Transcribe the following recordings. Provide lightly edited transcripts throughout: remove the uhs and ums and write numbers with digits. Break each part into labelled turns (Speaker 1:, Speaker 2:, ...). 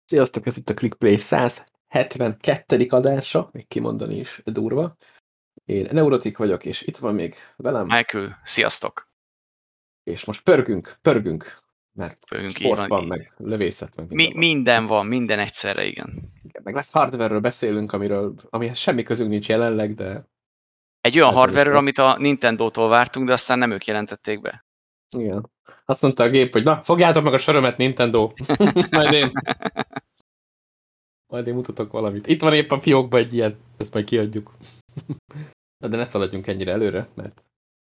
Speaker 1: Sziasztok, ez itt a ClickPlay 172. adása, még kimondani is durva. Én Neurotik vagyok, és itt van még velem,
Speaker 2: Michael, sziasztok!
Speaker 1: és most pörgünk, mert
Speaker 2: Pörgünk, így
Speaker 1: sport
Speaker 2: van.
Speaker 1: van, meg lövészet, meg
Speaker 2: Minden van, minden egyszerre, igen.
Speaker 1: Meg lesz hardware-ről beszélünk, amihez semmi közünk nincs jelenleg, de...
Speaker 2: Egy olyan
Speaker 1: lehet, hogy
Speaker 2: hardware-ről,
Speaker 1: lesz.
Speaker 2: amit a Nintendo-tól vártunk, de aztán nem ők jelentették be.
Speaker 1: Igen. Azt mondta a gép, hogy na, fogjátok meg a sörömet, Nintendo. Majd én mutatok valamit. Itt van épp a fiókban egy ilyen, ezt majd kiadjuk. Na, de ne szaladjunk ennyire előre, mert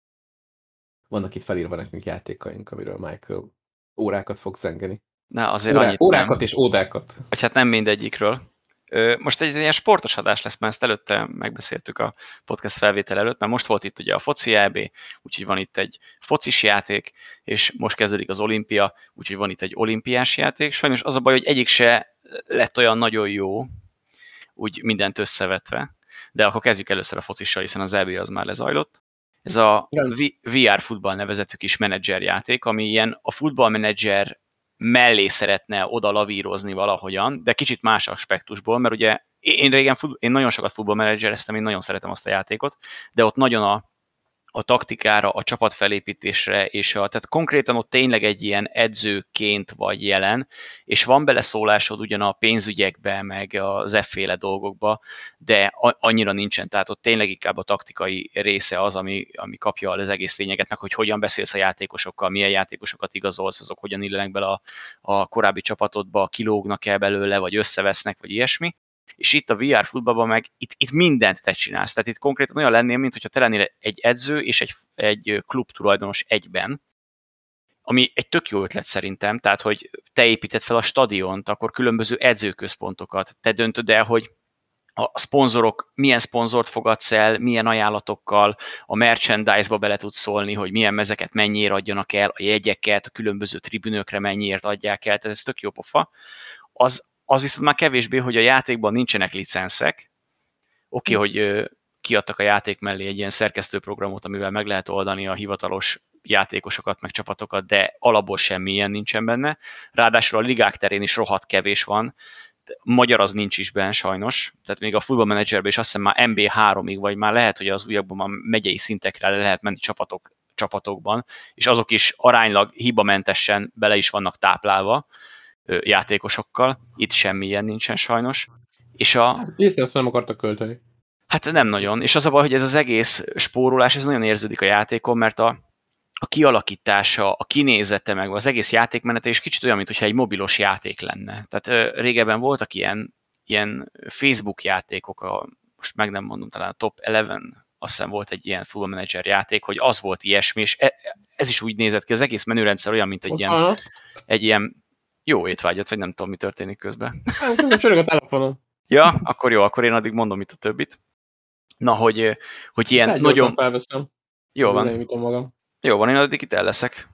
Speaker 1: vannak itt felírva nekünk játékaink, amiről Michael órákat fog zengeni.
Speaker 2: Na, azért annyit
Speaker 1: Órákat
Speaker 2: nem.
Speaker 1: és ódákat.
Speaker 2: Vagy hát nem mindegyikről. Most egy ilyen sportos adás lesz, mert ezt előtte megbeszéltük a podcast felvétel előtt, mert most volt itt ugye a foci EB, úgyhogy van itt egy focis játék, és most kezdődik az olimpia, úgyhogy van itt egy olimpiás játék. Sajnos az a baj, hogy egyik se lett olyan nagyon jó, úgy mindent összevetve, de akkor kezdjük először a focissal, hiszen az EB az már lezajlott. Ez a VR Football nevezetű kis menedzser játék, ami ilyen a futballmenedzser mellé szeretne oda lavírozni valahogyan, de kicsit más aspektusból, mert ugye én nagyon sokat futballmenedzsereztem, én nagyon szeretem azt a játékot, de ott nagyon a taktikára, a csapatfelépítésre, tehát konkrétan ott tényleg egy ilyen edzőként vagy jelen, és van beleszólásod ugyan a pénzügyekbe, meg az efféle dolgokba, de annyira nincsen, tehát ott tényleg inkább a taktikai része az, ami kapja az egész lényeget, meg hogy hogyan beszélsz a játékosokkal, milyen játékosokat igazolsz, azok hogyan illenek bele a korábbi csapatodba, kilógnak-e belőle, vagy összevesznek, vagy ilyesmi. És itt a VR futballban meg itt mindent te csinálsz. Tehát itt konkrétan olyan lennél, mint hogyha te lennél egy edző és egy klub tulajdonos egyben, ami egy tök jó ötlet szerintem, tehát hogy te építed fel a stadiont, akkor különböző edzőközpontokat, te döntöd el, hogy a szponzorok, milyen szponzort fogadsz el, milyen ajánlatokkal, a merchandise-ba bele tudsz szólni, hogy milyen mezeket mennyire adjanak el, a jegyeket, a különböző tribünökre mennyiért adják el, tehát ez tök jó pofa. Az viszont már kevésbé, hogy a játékban nincsenek licenszek. Oké, hogy kiadtak a játék mellé egy ilyen szerkesztőprogramot, amivel meg lehet oldani a hivatalos játékosokat, meg csapatokat, de alapból semmi ilyen nincsen benne. Ráadásul a ligák terén is rohadt kevés van. Magyar az nincs is benne sajnos, tehát még a Football Managerben is azt hiszem már MB3-ig, vagy már lehet, hogy az újakban már megyei szintekre le lehet menni csapatokban, és azok is aránylag hibamentesen bele is vannak táplálva játékosokkal. Itt semmi ilyen nincsen sajnos. És
Speaker 1: Észre azt nem akartak költeni.
Speaker 2: Hát nem nagyon. És az a baj, hogy ez az egész spórolás, ez nagyon érződik a játékon, mert a kialakítása, a kinézete, meg az egész játékmenete is kicsit olyan, mintha egy mobilos játék lenne. Tehát régebben voltak ilyen Facebook játékok, most meg nem mondom, talán a Top 11, azt hiszem volt egy ilyen Football Manager játék, hogy az volt ilyesmi, és ez is úgy nézett ki, az egész menürendszer olyan, mint egy ilyen jó étvágyat, vagy nem tudom, mi történik közben.
Speaker 1: Közben csörög a telefonon.
Speaker 2: Ja, akkor jó, akkor én addig mondom itt a többit. Na, hogy ilyen nagyon...
Speaker 1: felveszem.
Speaker 2: Jó van.
Speaker 1: Magam.
Speaker 2: Jó van, én addig itt el leszek.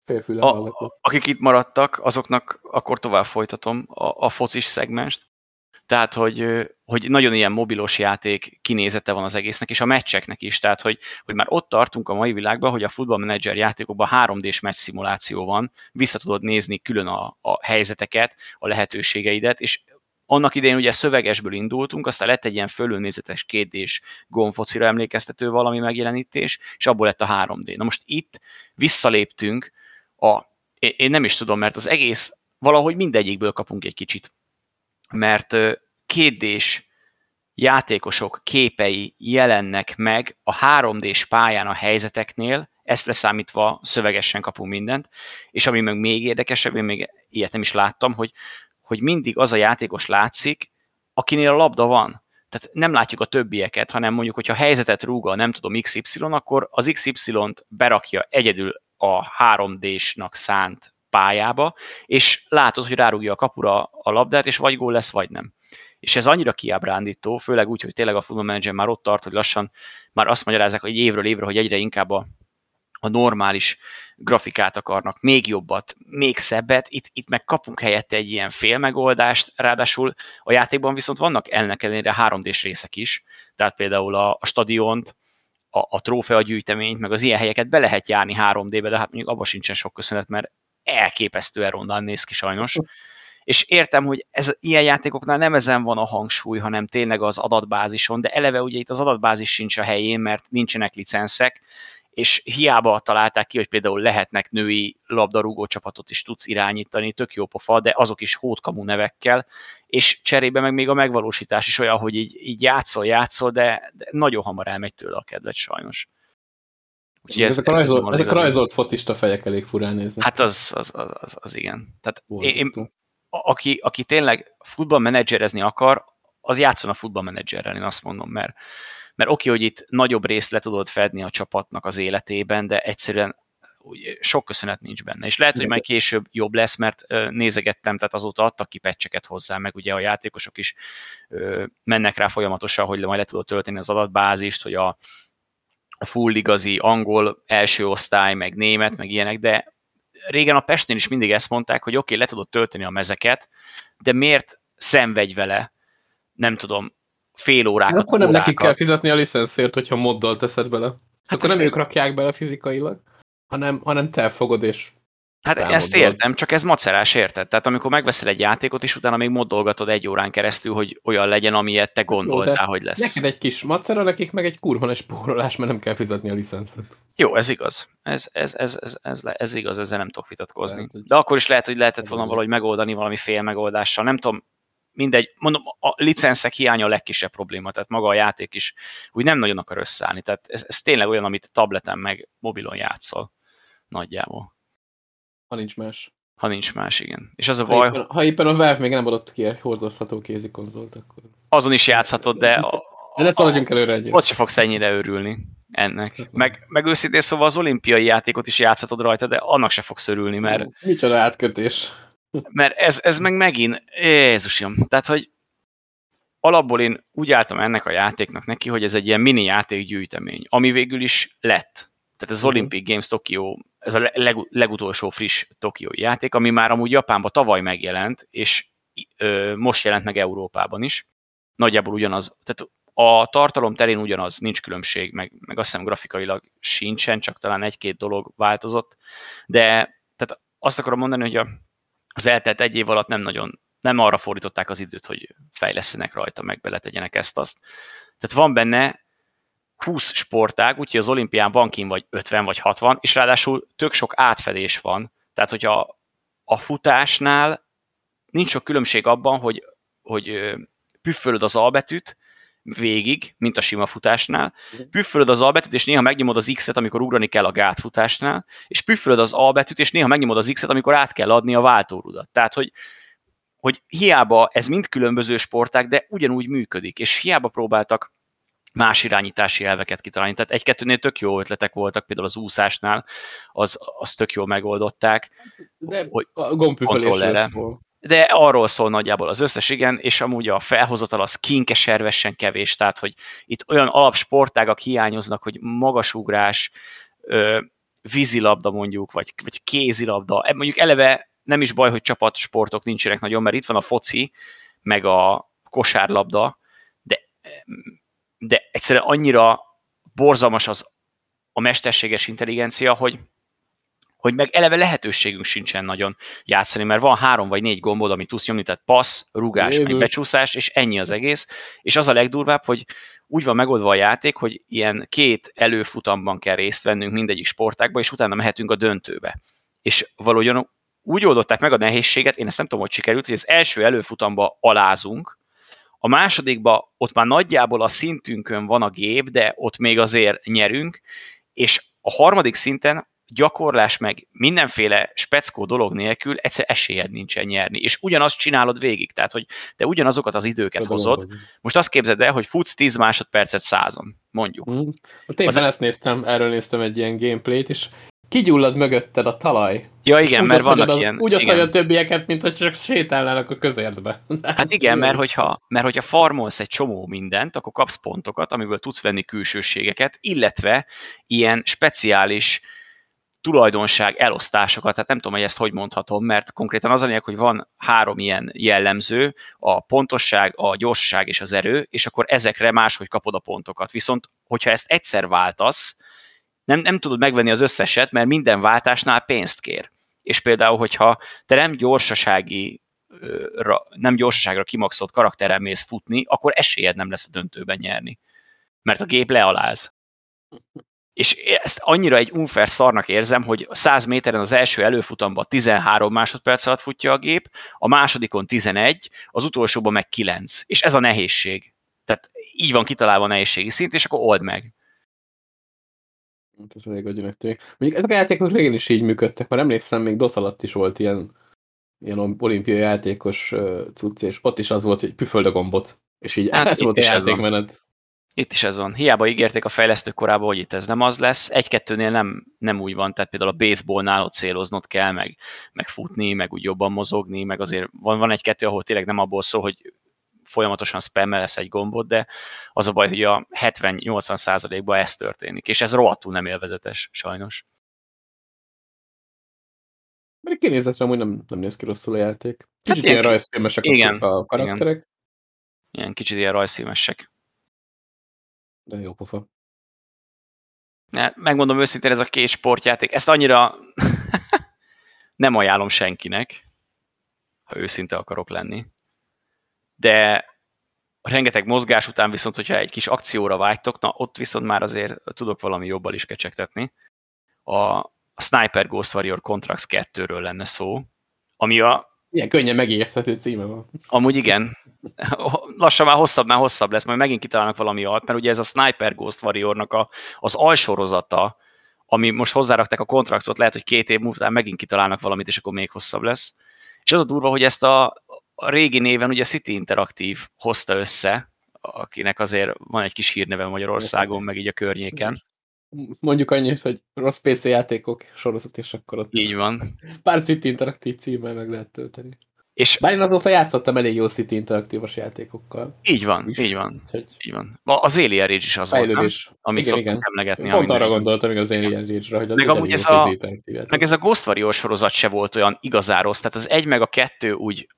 Speaker 2: Akik itt maradtak, azoknak akkor tovább folytatom a focis szegmenst. Tehát, hogy nagyon ilyen mobilos játék kinézete van az egésznek, és a meccseknek is. Tehát, hogy már ott tartunk a mai világban, hogy a Football Manager játékokban 3D-s meccs szimuláció van, vissza tudod nézni külön a helyzeteket, a lehetőségeidet, és annak idején ugye szövegesből indultunk, aztán lett egy ilyen fölülnézetes 2D-s gomfocira emlékeztető valami megjelenítés, és abból lett a 3D. Na most itt visszaléptünk én nem is tudom, mert az egész valahogy mindegyikből kapunk egy kicsit. Mert 2D-s játékosok képei jelennek meg a 3D-s pályán a helyzeteknél, ezt leszámítva szövegesen kapunk mindent, és ami meg még érdekesebb, én még ilyet nem is láttam, hogy mindig az a játékos látszik, akinél a labda van. Tehát nem látjuk a többieket, hanem mondjuk, hogyha helyzetet rúg a nem tudom XY, akkor az XY-t berakja egyedül a 3D-snak szánt pályába, és látod, hogy rárúgja a kapura a labdát, és vagy gól lesz, vagy nem. És ez annyira kiábrándító, főleg úgy, hogy tényleg a Football Manager már ott tart, hogy lassan már azt magyarázzák, hogy évről évre, hogy egyre inkább a normális grafikát akarnak, még jobbat, még szebbet, itt meg kapunk helyette egy ilyen félmegoldást, ráadásul a játékban viszont vannak ennek ellenére 3D-s részek is, tehát például a stadiont, a trófeagyűjteményt, meg az ilyen helyeket be lehet járni 3D-be, de hát mondjuk abban sincsen sok köszönet, mert elképesztően rondan néz ki sajnos. És értem, hogy ilyen játékoknál nem ezen van a hangsúly, hanem tényleg az adatbázison, de eleve ugye itt az adatbázis sincs a helyén, mert nincsenek licenszek, és hiába találták ki, hogy például lehetnek női labdarúgó csapatot is tudsz irányítani, tök jó pofa, de azok is hótkamú nevekkel, és cserébe meg még a megvalósítás is olyan, hogy így játszol, de nagyon hamar elmegy tőle a kedved sajnos.
Speaker 1: Ezek a rajzolt focista fejek elég furán néznek.
Speaker 2: Hát az igen. Tehát aki tényleg futballmenedzserezni akar, az játszon a futballmenedzserrel, én azt mondom, mert oké, hogy itt nagyobb részt le tudod fedni a csapatnak az életében, de egyszerűen sok köszönet nincs benne. És lehet, hogy majd később jobb lesz, mert nézegettem, tehát azóta adtak ki patcheket hozzá, meg ugye a játékosok is mennek rá folyamatosan, hogy majd le tudod tölteni az adatbázist, hogy a full igazi angol első osztály, meg német, meg ilyenek, de régen a Pestnél is mindig ezt mondták, hogy oké, le tudod tölteni a mezeket, de miért szenvedj vele, nem tudom, fél órákat,
Speaker 1: hát akkor nem nekik kell fizetni a licenszért, hogyha moddal teszed bele. Hát akkor nem ők rakják bele fizikailag, hanem te fogod és
Speaker 2: hát ezt értem, csak ez macerás, érted? Tehát amikor megveszel egy játékot, és utána még moddolgatod 1 órán keresztül, hogy olyan legyen, amilyet te gondoltál, hogy lesz.
Speaker 1: Neked egy kis macera, nekik meg egy kurva nagy spórolás, mert nem kell fizetni a licenszet.
Speaker 2: Jó, ez igaz. Ez igaz, ezzel nem tudok vitatkozni. De akkor is lehet, hogy lehetett volna valahogy megoldani valami fél megoldással. Nem tudom, mindegy. Mondom, a licenszek hiánya a legkisebb probléma, tehát maga a játék is úgy nem nagyon akar összeállni. Tehát ez tényleg olyan, amit tableten meg mobilon játszol. Nagyjából.
Speaker 1: Ha nincs más.
Speaker 2: Ha nincs más, igen. És az a baj...
Speaker 1: Ha éppen a Valve még nem adott ki egy hordozható kézi konzolt, akkor...
Speaker 2: Azon is játszhatod, de...
Speaker 1: Ne szaladjunk előre egyet.
Speaker 2: Ott se fogsz ennyire örülni ennek. Meg őszintén szóval az olimpiai játékot is játszhatod rajta, de annak se fogsz örülni, mert...
Speaker 1: Micsoda átkötés.
Speaker 2: Mert ez meg megint... Jézusom. Tehát, hogy alapból én úgy álltam ennek a játéknak neki, hogy ez egy ilyen mini játékgyűjtemény, ami végül is lett. Tehát ez az Olympic Games Tokyo, ez a legutolsó friss tokiói játék, ami már amúgy Japánban tavaly megjelent, és most jelent meg Európában is. Nagyjából ugyanaz, tehát a tartalom terén ugyanaz, nincs különbség, meg azt hiszem grafikailag sincsen, csak talán 1-2 dolog változott, de tehát azt akarom mondani, hogy az eltelt 1 év alatt nem arra fordították az időt, hogy fejlesztenek rajta, meg beletegyenek ezt-azt. Tehát van benne 20 sportág, úgyhogy az olimpián van kint vagy 50 vagy 60, és ráadásul tök sok átfedés van. Tehát, hogyha a futásnál nincs sok különbség abban, hogy püffölöd az A betűt végig, mint a sima futásnál, püffölöd az A betűt, és néha megnyomod az X-et, amikor ugrani kell a gátfutásnál, és püffölöd az A betűt, és néha megnyomod az X-et, amikor át kell adni a váltórudat. Tehát, hogy hiába ez mind különböző sportág, de ugyanúgy működik, és hiába próbáltak más irányítási elveket kitalálni. Tehát 1-2-nél tök jó ötletek voltak, például az úszásnál, az tök jól megoldották.
Speaker 1: De a gombpüfölésről szól.
Speaker 2: De arról szól nagyjából az összes, igen, és amúgy a felhozatal az kinkeservesen kevés, tehát hogy itt olyan alapsportágak hiányoznak, hogy magasugrás, vízilabda mondjuk, vagy kézilabda, mondjuk eleve nem is baj, hogy csapatsportok nincsenek nagyon, mert itt van a foci, meg a kosárlabda, de egyszerűen annyira borzalmas a mesterséges intelligencia, hogy meg eleve lehetőségünk sincsen nagyon játszani, mert van 3 vagy 4 gombod, amit tudsz nyomni, tehát passz, rugás, meg becsúszás, és ennyi az egész. És az a legdurvább, hogy úgy van megoldva a játék, hogy ilyen 2 előfutamban kell részt vennünk mindegyik sportágba, és utána mehetünk a döntőbe. És valójában úgy oldották meg a nehézséget, én ezt nem tudom, hogy sikerült, hogy az első előfutamba alázunk, a másodikban ott már nagyjából a szintünkön van a gép, de ott még azért nyerünk, és a harmadik szinten gyakorlás meg mindenféle speckó dolog nélkül egyszer esélyed nincsen nyerni, és ugyanazt csinálod végig, tehát hogy te ugyanazokat az időket hozod. Most azt képzeld el, hogy futsz 10 másodpercet 100-on, mondjuk.
Speaker 1: Erről néztem egy ilyen gameplayt, és kigyullad mögötted a talaj.
Speaker 2: Ja igen, mert vannak ilyen...
Speaker 1: Úgy ott a többieket, mint hogy csak sétálnának a közértbe.
Speaker 2: Hát igen, mert hogyha farmolsz egy csomó mindent, akkor kapsz pontokat, amiből tudsz venni külsőségeket, illetve ilyen speciális tulajdonság elosztásokat, tehát nem tudom, hogy ezt hogy mondhatom, mert konkrétan az a lényeg, hogy van 3 ilyen jellemző, a pontosság, a gyorsaság és az erő, és akkor ezekre máshogy kapod a pontokat. Viszont, hogyha ezt egyszer váltasz, nem tudod megvenni az összeset, mert minden váltásnál pénzt kér. És például, hogyha te nem gyorsasági nem gyorsaságra kimaxolt karakterrel mész futni, akkor esélyed nem lesz a döntőben nyerni. Mert a gép lealáz. És ezt annyira egy unfair szarnak érzem, hogy 100 méteren az első előfutamban 13 másodperc alatt futja a gép, a másodikon 11, az utolsóban meg 9. És ez a nehézség. Tehát így van kitalálva a nehézségi szint, és akkor old meg.
Speaker 1: Ez elég agyonök tűnik. Mondjuk ezek a játékok régen is így működtek, mert emlékszem, még DOS alatt is volt ilyen olimpiai játékos cucc, és ott is az volt, hogy püföld a gombot. És így
Speaker 2: Hát
Speaker 1: ez volt a játékmenet.
Speaker 2: Itt is ez van. Hiába ígérték a fejlesztők korában, hogy itt ez nem az lesz. Egy-kettőnél nem úgy van, tehát például a baseballnál ott céloznod kell, meg futni, meg úgy jobban mozogni, meg azért van egy-kettő, ahol tényleg nem abból szól, hogy folyamatosan spammelesz egy gombot, de az a baj, hogy a 70-80%-ban ez történik, és ez rohadtul nem élvezetes, sajnos.
Speaker 1: Mert kinézetre amúgy nem néz ki rosszul a játék. Kicsit
Speaker 2: Hát
Speaker 1: ilyen rajzfilmesek a karakterek.
Speaker 2: Igen. Ilyen kicsit ilyen rajzfilmesek.
Speaker 1: De jó pofa.
Speaker 2: Megmondom őszintén, ez a két sportjáték, ezt annyira nem ajánlom senkinek, ha őszinte akarok lenni. De rengeteg mozgás után viszont, hogyha egy kis akcióra vágytok, na ott viszont már azért tudok valami jobbal is kecsegtetni. A Sniper Ghost Warrior Contracts 2-ről lenne szó, ami
Speaker 1: ilyen könnyen megijeszthető címe van.
Speaker 2: Amúgy igen. Lassan már hosszabb lesz, majd megint kitalálnak valami alt, mert ugye ez a Sniper Ghost Warriornak az alsorozata, ami most hozzárakták a Contractsot, lehet, hogy 2 év múlva megint kitalálnak valamit, és akkor még hosszabb lesz. És az a durva, hogy ezt a régi néven ugye City Interactive hozta össze, akinek azért van egy kis hírneve Magyarországon, meg így a környéken.
Speaker 1: Mondjuk annyit, hogy rossz PC játékok sorozat, és akkor ott
Speaker 2: így van.
Speaker 1: Pár City Interactive címmel meg lehet tölteni.
Speaker 2: És
Speaker 1: bár én azóta játszottam elég jó City Interactive-os játékokkal.
Speaker 2: Így van. Így van. Az Alien Rage is az volt, nem? Amit szoktunk emlegetni.
Speaker 1: Pont arra gondoltam, még az Alien Rage-ra, hogy az
Speaker 2: meg amúgy ez a Ghost Warrior sorozat se volt olyan igazán rossz, tehát az 1 meg a 2 úgy,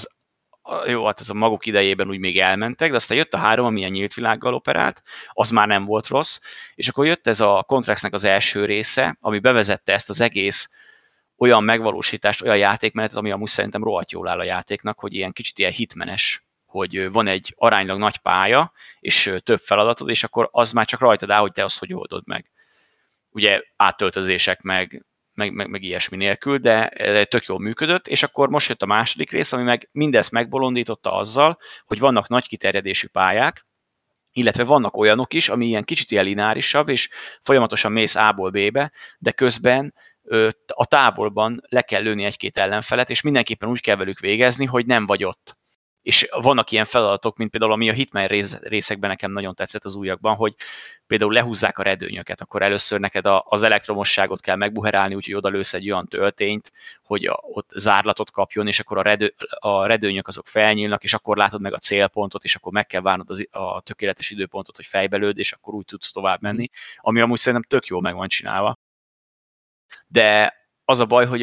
Speaker 2: jó, hát ez a maguk idejében úgy még elmentek, de aztán jött a 3, ami ilyen nyílt világgal operált, az már nem volt rossz, és akkor jött ez a Contractsnek az első része, ami bevezette ezt az egész olyan megvalósítást, olyan játékmenetet, ami amúgy szerintem rohadt jól áll a játéknak, hogy ilyen kicsit ilyen hitmenes, hogy van egy aránylag nagy pálya, és több feladatod, és akkor az már csak rajtad áll, hogy te azt hogy oldod meg. Ugye áttöltözések meg ilyesmi nélkül, de tök jól működött, és akkor most jött a második rész, ami meg mindezt megbolondította azzal, hogy vannak nagy kiterjedésű pályák, illetve vannak olyanok is, ami ilyen kicsit ilyen lineárisabb, és folyamatosan mész A-ból B-be, de közben a távolban le kell lőni egy-két ellenfelet, és mindenképpen úgy kell velük végezni, hogy nem vagy ott. És vannak ilyen feladatok, mint például ami a Hitman részekben nekem nagyon tetszett az újakban, hogy például lehúzzák a redőnyöket, akkor először neked az elektromosságot kell megbuherálni, úgyhogy oda lősz egy olyan töltényt, hogy ott zárlatot kapjon, és akkor a redőnyök azok felnyílnak, és akkor látod meg a célpontot, és akkor meg kell várnod a tökéletes időpontot, hogy fejbelőd, és akkor úgy tudsz tovább menni, ami amúgy szerintem tök jól meg van csinálva. De az a baj, hogy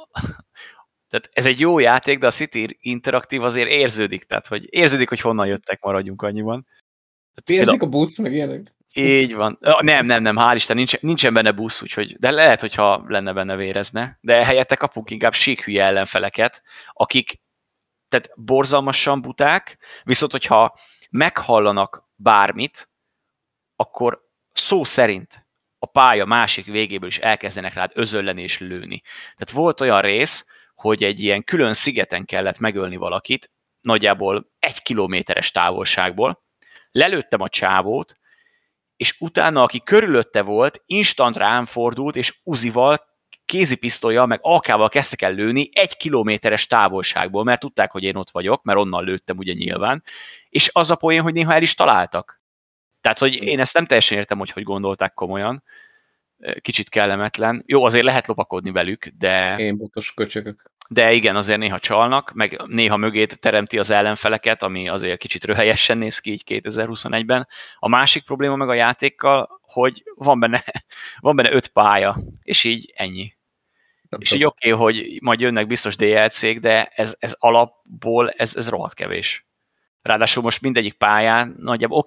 Speaker 2: tehát ez egy jó játék, de a City Interactive azért érződik, tehát hogy érződik, hogy honnan jöttek, maradjunk annyiban.
Speaker 1: Érzik a busz, meg ilyenek?
Speaker 2: Így van. Nem, hál' Isten, nincsen benne busz, úgyhogy, de lehet, hogyha lenne benne vérezne. De helyette kapunk inkább síkhülye ellenfeleket, akik tehát borzalmasan buták, viszont hogyha meghallanak bármit, akkor szó szerint a pálya másik végéből is elkezdenek rád özölleni és lőni. Tehát volt olyan rész, hogy egy ilyen külön szigeten kellett megölni valakit, nagyjából 1 kilométeres távolságból, lelőttem a csávót, és utána, aki körülötte volt, instant rám fordult, és uzival, kézipisztollyal, meg AK-val kezdtek el lőni 1 kilométeres távolságból, mert tudták, hogy én ott vagyok, mert onnan lőttem ugye nyilván, és az a poén, hogy néha el is találtak. Tehát, hogy én ezt nem teljesen értem, hogy gondolták komolyan. Kicsit kellemetlen. Jó, azért lehet lopakodni velük, de...
Speaker 1: Én botos köcsögök.
Speaker 2: De igen, azért néha csalnak, meg néha mögét teremti az ellenfeleket, ami azért kicsit röhelyesen néz ki így 2021-ben. A másik probléma meg a játékkal, hogy van benne 5 pálya, és így ennyi. És így oké, hogy majd jönnek biztos DLC-k, de ez alapból ez rohadt kevés. Ráadásul most mindegyik pályán nagyjából oké, hogy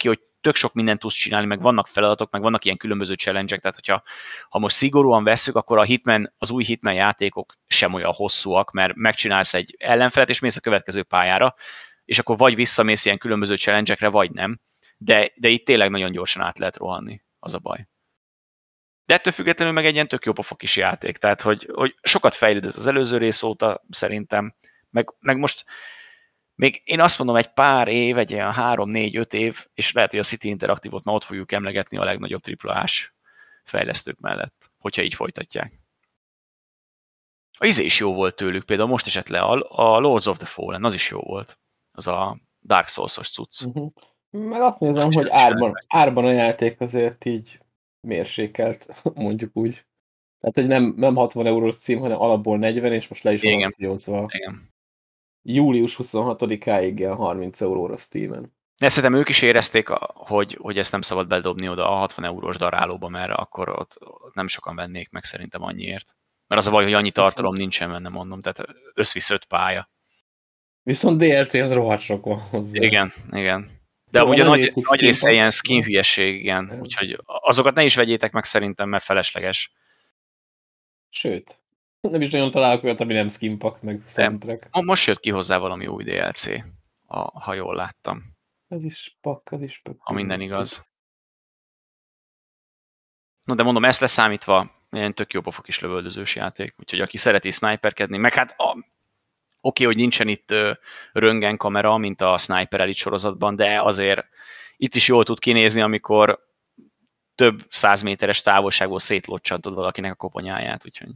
Speaker 2: tök sok mindent tudsz csinálni, meg vannak feladatok, meg vannak ilyen különböző challenge-ek, tehát hogyha most szigorúan vesszük, akkor az új Hitman játékok sem olyan hosszúak, mert megcsinálsz egy ellenfelet, és mész a következő pályára, és akkor vagy visszamész ilyen különböző challenge-ekre, vagy nem. De itt tényleg nagyon gyorsan át lehet rohanni, az a baj. De ettől függetlenül meg egy ilyen tök jó pofa kis játék, tehát hogy sokat fejlődött az előző rész óta szerintem, meg most még én azt mondom, egy pár év, egy ilyen 3-4-5 év, és lehet, hogy a City Interactive-ot már ott fogjuk emlegetni a legnagyobb AAA-s fejlesztők mellett, hogyha így folytatják. A izé is jó volt tőlük, például most esett le a Lords of the Fallen, az is jó volt. Az a Dark Souls-os cucc.
Speaker 1: Meg azt nézem,
Speaker 2: Azt
Speaker 1: hogy
Speaker 2: csinálták.
Speaker 1: árban a játék azért így mérsékelt, mondjuk úgy. Tehát, hogy nem 60 eurós cím, hanem alapból 40, és most le is van
Speaker 2: Igen.
Speaker 1: akciózva.
Speaker 2: Igen.
Speaker 1: Július 26-áig ilyen 30 euróra Steamen.
Speaker 2: De szerintem ők is érezték, hogy ezt nem szabad bedobni oda a 60 eurós darálóba, mert akkor ott nem sokan vennék meg szerintem annyiért. Mert az a baj, hogy annyi tartalom nincsen benne, mondom, tehát összvisz 5 pálya.
Speaker 1: Viszont DLC az rohadt sok van hozzá.
Speaker 2: Igen. De
Speaker 1: Jó,
Speaker 2: amúgy a nagy
Speaker 1: skin
Speaker 2: része ilyen
Speaker 1: pack.
Speaker 2: skin hülyeség, igen. Úgyhogy azokat ne is vegyétek meg szerintem, mert felesleges.
Speaker 1: Sőt, nem is nagyon találok olyat, ami nem skin pack, meg soundtrack.
Speaker 2: Most jött ki hozzá valami új DLC, ha jól láttam.
Speaker 1: Ez is pack, az is pack.
Speaker 2: Ha minden igaz. No, de mondom, ezt leszámítva, ilyen tök jó pofa kis lövöldözős játék. Úgyhogy aki szereti sniperkedni, meg hát oké, hogy nincsen itt röntgen kamera, mint a Sniper Elite sorozatban, de azért itt is jól tud kinézni, amikor több 100 méteres távolságból szétlocsantod valakinek a koponyáját, úgyhogy.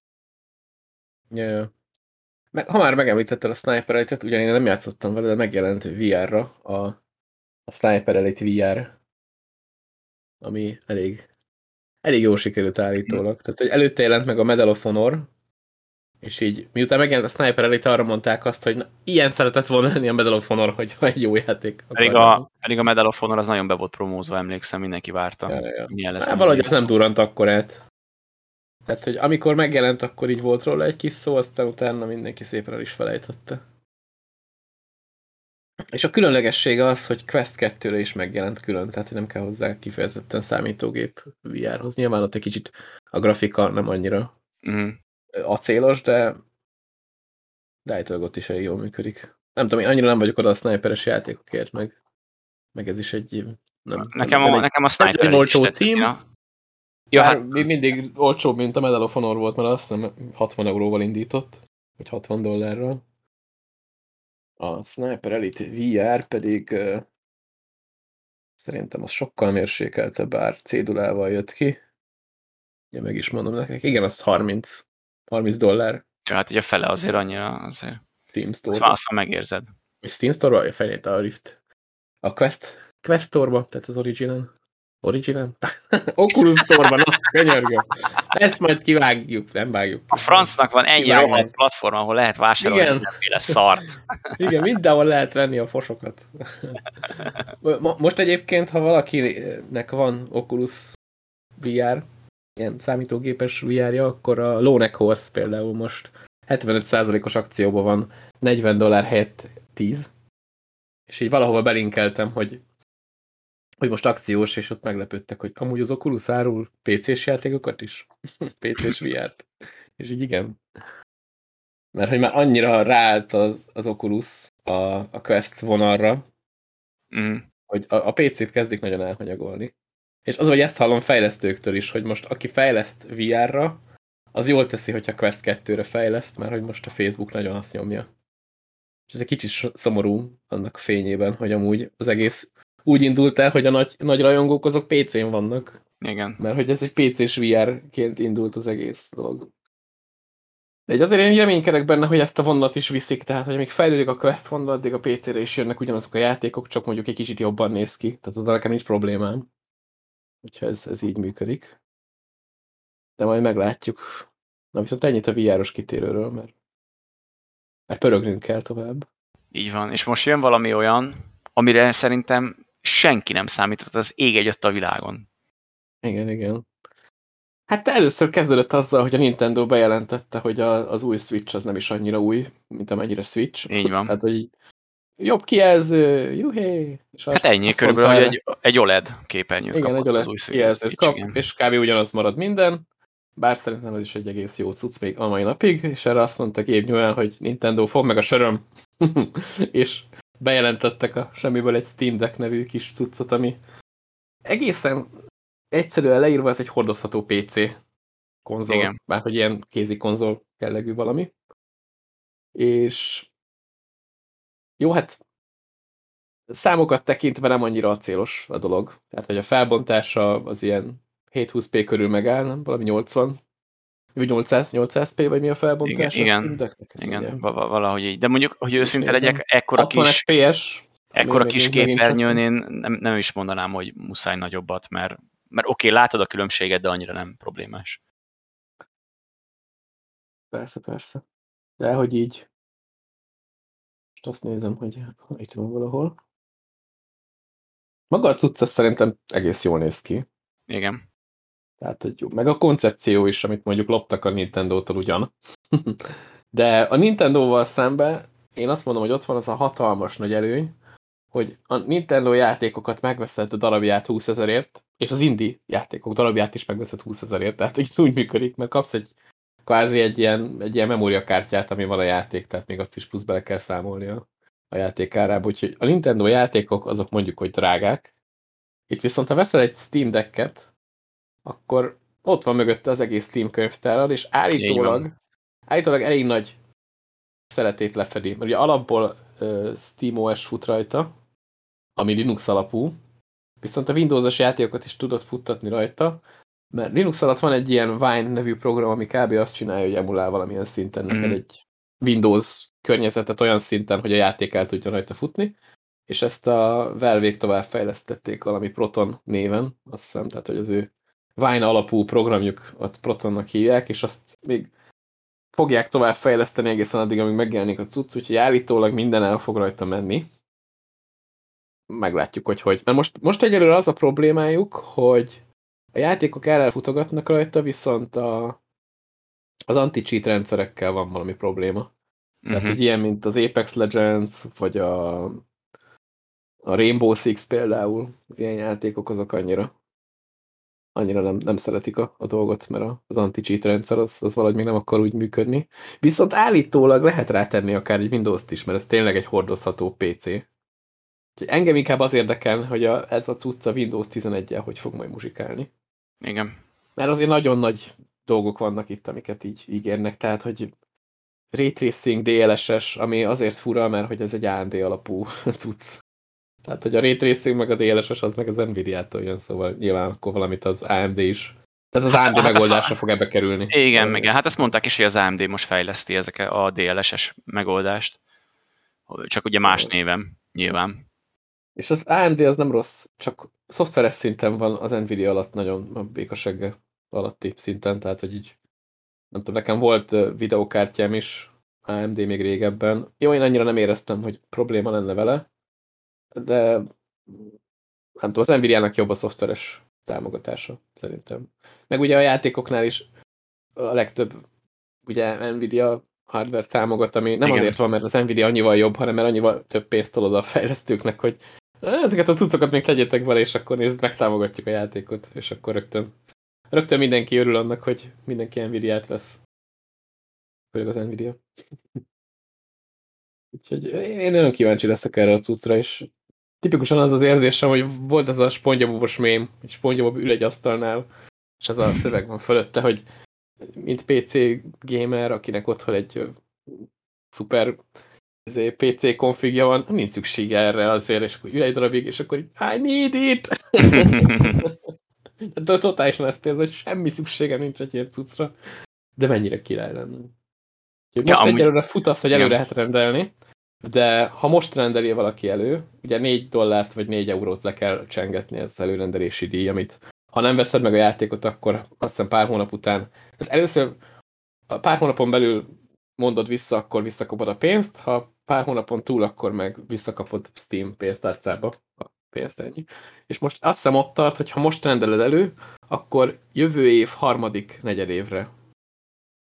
Speaker 1: Yeah. Ha már megemlítetted a Sniper Elite-et, ugyan én nem játszottam vele, de megjelent VR-ra a Sniper Elite VR, ami elég jól sikerült állítólag. Tehát, hogy előtte jelent meg a Medal of Honor, és így, miután megjelent a Sniper Elite, arra mondták azt, hogy na, ilyen szeretett volna lenni a Medal of Honor, hogy egy jó játék
Speaker 2: Pedig a Medal of Honor az nagyon be volt promózva, emlékszem, mindenki várta.
Speaker 1: Ja.
Speaker 2: Milyen lesz.
Speaker 1: Valahogy ez nem durrant akkor át. Tehát, hogy amikor megjelent, akkor így volt róla egy kis szó, aztán utána mindenki szépen el is felejtette. És a különlegessége az, hogy Quest 2-re is megjelent külön, tehát nem kell hozzá kifejezetten számítógép VR-hoz. Nyilván ott egy kicsit a grafika nem annyira acélos, de állítólag ott is elég jól működik. Nem tudom, én annyira nem vagyok oda a sniperes játékokért, meg ez is egy
Speaker 2: nekem a Sniper
Speaker 1: egy olcsó cím,
Speaker 2: ja,
Speaker 1: hát mindig olcsóbb, mint a Medal of Honor volt, mert azt hiszem 60 euróval indított, vagy 60 dollárral. A Sniper Elite VR pedig szerintem az sokkal mérsékeltebb ár cédulával jött ki. Ja, meg is mondom nektek. Igen, az 30 dollár.
Speaker 2: Ja, hát ugye fele azért annyira azért.
Speaker 1: Steam Store-ba.
Speaker 2: Azt már megérzed.
Speaker 1: Steam Store-ba? Ja, fejlét a Rift. A Quest Store-ba, tehát az Origin? Oculus Store-ba, na, könyörgöm. Ezt majd kivágjuk, nem vágjuk.
Speaker 2: A francnak van ennyi rohadt platform, ahol lehet vásárolni mindenféle szart.
Speaker 1: Igen, mindenhol lehet venni a fosokat. Most egyébként, ha valakinek van Oculus VR, ilyen számítógépes VR-ja, akkor a Lone Horse például most 75%-os akcióban van, 40 dollár helyett 10. És így valahova belinkeltem, hogy most akciós, és ott meglepődtek, hogy amúgy az Oculus árul PC-s játékokat is. PC-s VR-t. És így igen. Mert hogy már annyira ráállt az Oculus a Quest vonalra, hogy a PC-t kezdik nagyon elhanyagolni. És az, hogy ezt hallom fejlesztőktől is, hogy most aki fejleszt VR-ra, az jól teszi, hogyha Quest 2-re fejleszt, mert hogy most a Facebook nagyon azt nyomja. És ez egy kicsit szomorú annak a fényében, hogy amúgy az egész úgy indult el, hogy a nagy rajongók azok PC-n vannak.
Speaker 2: Igen.
Speaker 1: Mert hogy ez egy PC-s VR-ként indult az egész dolog. De azért én reménykedek benne, hogy ezt a vonalat is viszik, tehát hogy még fejlődik a Quest vonal, addig a PC-re is jönnek ugyanazok a játékok, csak mondjuk egy kicsit jobban néz ki. Tehát azzal nekem nincs problémám. Úgyhogy ez így működik. De majd meglátjuk. Na viszont ennyit a VR-os kitérőről, mert pörögnünk kell tovább.
Speaker 2: Így van. És most jön valami olyan, amire szerintem senki nem számított az ég egyött a világon.
Speaker 1: Igen. Hát először kezdődött azzal, hogy a Nintendo bejelentette, hogy az új Switch az nem is annyira új, mint amennyire Switch.
Speaker 2: Így van.
Speaker 1: Tehát, hogy jobb kijelző, juhé! És
Speaker 2: Hát
Speaker 1: azt,
Speaker 2: ennyi
Speaker 1: azt
Speaker 2: körülbelül,
Speaker 1: mondta
Speaker 2: hogy
Speaker 1: erre,
Speaker 2: egy OLED képernyőt
Speaker 1: igen, egy
Speaker 2: kapott az
Speaker 1: OLED
Speaker 2: új
Speaker 1: kijelzőt
Speaker 2: Switch,
Speaker 1: kap,
Speaker 2: igen.
Speaker 1: és kb. Ugyanaz marad minden, bár szerintem ez is egy egész jó cucc még a mai napig, és erre azt mondta Gabe Newell, hogy Nintendo fog meg a söröm, és bejelentettek a semmiből egy Steam Deck nevű kis cuccot, ami egészen egyszerűen leírva ez egy hordozható PC konzol,
Speaker 2: Igen.
Speaker 1: bár hogy ilyen kézi konzol jellegű valami. És jó, hát számokat tekintve nem annyira acélos a dolog. Tehát, hogy a felbontása az ilyen 720p körül megáll, nem? Valami 80, vagy 800p, vagy mi a
Speaker 2: Igen,
Speaker 1: felbontás a Steam
Speaker 2: igen,
Speaker 1: Decknek? Ezt
Speaker 2: igen,
Speaker 1: mindjárt
Speaker 2: valahogy így. De mondjuk, hogy
Speaker 1: ki is
Speaker 2: őszinte
Speaker 1: nézem.
Speaker 2: legyek,
Speaker 1: 60 FPS, ami
Speaker 2: ekkora
Speaker 1: még
Speaker 2: kis
Speaker 1: megint csak...
Speaker 2: képernyőn én nem is mondanám, hogy muszáj nagyobbat, mert oké, látod a különbséget, de annyira nem problémás.
Speaker 1: Persze, persze. De hogy így, most azt nézem, hogy itt van valahol. Maga a cucc az szerintem egész jól néz ki.
Speaker 2: Igen.
Speaker 1: Tehát, hogy jó. Meg a koncepció is, amit mondjuk loptak a Nintendo-tól ugyan. De a Nintendo-val szemben én azt mondom, hogy ott van az a hatalmas nagy előny, hogy a Nintendo játékokat megveszed a darabját 20 000-ért, és az indie játékok darabját is megveszed 20 000-ért. Tehát így úgy működik, mert kapsz kvázi egy ilyen memóriakártyát, ami van a játék, tehát még azt is plusz bele kell számolni a játék árába. Úgyhogy a Nintendo játékok azok mondjuk, hogy drágák. Itt viszont, ha veszel egy Steam Decket, akkor ott van mögötte az egész Steam könyvtárad, és
Speaker 2: Így van.
Speaker 1: állítólag elég nagy szeretét lefedi. Mert ugye alapból SteamOS fut rajta, ami Linux alapú, viszont a Windows-os játékokat is tudod futtatni rajta, mert Linux alatt van egy ilyen Wine nevű program, ami kb. Azt csinálja, hogy emulál valamilyen szinten neked
Speaker 2: Mm.
Speaker 1: egy Windows környezetet olyan szinten, hogy a játék el tudja rajta futni, és ezt a Valve-ék tovább fejlesztették valami Proton néven, azt hiszem, tehát hogy az ő Wine alapú programjuk ott Protonnak hívják, és azt még fogják tovább fejleszteni egészen addig, amíg megjelenik a cucc, úgyhogy állítólag minden el fog rajta menni. Meglátjuk, hogy. Mert most egyelőre az a problémájuk, hogy a játékok elfutogatnak rajta, viszont az anti-cheat rendszerekkel van valami probléma. Tehát,
Speaker 2: Uh-huh.
Speaker 1: hogy ilyen, mint az Apex Legends, vagy a Rainbow Six például, az ilyen játékok azok annyira nem szeretik a dolgot, mert az anti-cheat rendszer az valahogy még nem akar úgy működni. Viszont állítólag lehet rátenni akár egy Windows-t is, mert ez tényleg egy hordozható PC. Úgyhogy engem inkább az érdekel, hogy ez a cucca Windows 11-el hogy fog majd muzsikálni.
Speaker 2: Igen.
Speaker 1: Mert azért nagyon nagy dolgok vannak itt, amiket így ígérnek, tehát, hogy Ray Tracing, DLSS, ami azért fura, mert hogy ez egy AMD alapú cucc. Tehát, hogy a Ray Tracing meg a DLSS az meg az Nvidia-tól jön, szóval nyilván akkor valamit az AMD is. Tehát az AMD
Speaker 2: Hát
Speaker 1: megoldásra fog ebbe kerülni.
Speaker 2: igen, igen. Hát ezt mondták is, hogy az AMD most fejleszti ezeket a DLSS megoldást. Csak ugye más néven, nyilván.
Speaker 1: És az AMD az nem rossz, csak szoftveres szinten van az Nvidia alatt nagyon a békasegge alatti szinten, tehát hogy így nem tudom, nekem volt videókártyám is AMD még régebben. Jó, én annyira nem éreztem, hogy probléma lenne vele, de nem tudom, az Nvidia-nak jobb a szoftveres támogatása, szerintem. Meg ugye a játékoknál is a legtöbb ugye Nvidia hardware támogat, ami nem
Speaker 2: Igen.
Speaker 1: azért van, mert az Nvidia annyival jobb, hanem mert annyival több pénzt tol oda a fejlesztőknek, hogy ezeket a cuccokat még tegyétek bele, és akkor nézd, megtámogatjuk a játékot, és akkor rögtön mindenki örül annak, hogy mindenki Nvidia-t vesz. Főleg az Nvidia. Úgyhogy én nagyon kíváncsi leszek erre a cuccra, és tipikusan az az érzésem, hogy volt ez a SpongeBob-os mém, hogy SpongeBob ül egy asztalnál, és ez a szöveg van fölötte, hogy mint PC gamer, akinek otthon egy szuper PC konfigja van, nincs szüksége erre azért, és akkor ül egy darabig, és akkor így, I need it! Totálisan ezt érzem, hogy semmi szüksége nincs egy ilyen cuccra, de mennyire király lenne. Úgyhogy
Speaker 2: Ja,
Speaker 1: most
Speaker 2: amúgy,
Speaker 1: egyelőre fut az, hogy elő
Speaker 2: igen.
Speaker 1: lehet rendelni, de ha most rendeli valaki elő, ugye $4 vagy 4 eurót le kell csengetni ez az előrendelési díj, amit ha nem veszed meg a játékot, akkor azt hiszem pár hónap után, az először a pár hónapon belül mondod vissza, akkor visszakapod a pénzt, ha pár hónapon túl, akkor meg visszakapod Steam pénztárcába a pénzt, ennyi. És most azt hiszem ott tart, hogy ha most rendeled elő, akkor jövő év harmadik negyedévre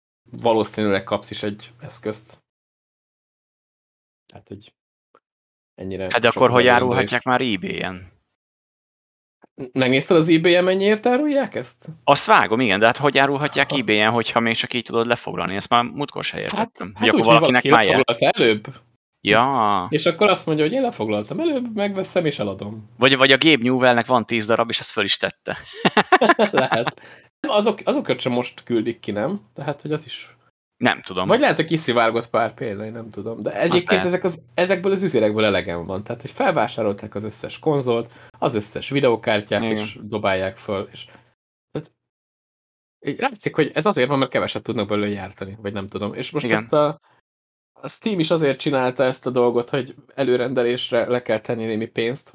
Speaker 1: valószínűleg kapsz is egy eszközt. Tehát, hogy ennyire
Speaker 2: Hát de
Speaker 1: sok
Speaker 2: akkor
Speaker 1: az
Speaker 2: hogy
Speaker 1: előrendelés.
Speaker 2: árulhatják már eBay-en?
Speaker 1: Megnézted az eBay-en mennyiért árulják ezt?
Speaker 2: Azt vágom, igen, de hát hogy árulhatják eBay-en, hogyha még csak így tudod lefoglalni? Ezt már múltkor se
Speaker 1: Hát,
Speaker 2: értettem. Hogy
Speaker 1: hát
Speaker 2: akkor
Speaker 1: úgy, hogy
Speaker 2: valakinek
Speaker 1: valaki
Speaker 2: mája?
Speaker 1: lefoglalta előbb,
Speaker 2: Ja,
Speaker 1: és akkor azt mondja, hogy én lefoglaltam előbb, megveszem és eladom.
Speaker 2: vagy a Gabe Newellnek van 10 darab, és ezt föl is tette.
Speaker 1: Lehet. Nem, azokat sem most küldik ki, nem? Tehát, hogy az is...
Speaker 2: Nem tudom.
Speaker 1: Vagy lehet, hogy kiszivárgott pár példány, nem tudom. De
Speaker 2: Azt
Speaker 1: egyébként
Speaker 2: lehet.
Speaker 1: ezekből az üzérekből elegem van. Tehát, hogy felvásárolták az összes konzolt, az összes videokártyát,
Speaker 2: Igen.
Speaker 1: és dobálják föl. És tehát, így látszik, hogy ez azért van, mert keveset tudnak belőle gyártani, vagy nem tudom. És most ezt
Speaker 2: Igen.
Speaker 1: a Steam is azért csinálta ezt a dolgot, hogy előrendelésre le kell tenni némi pénzt,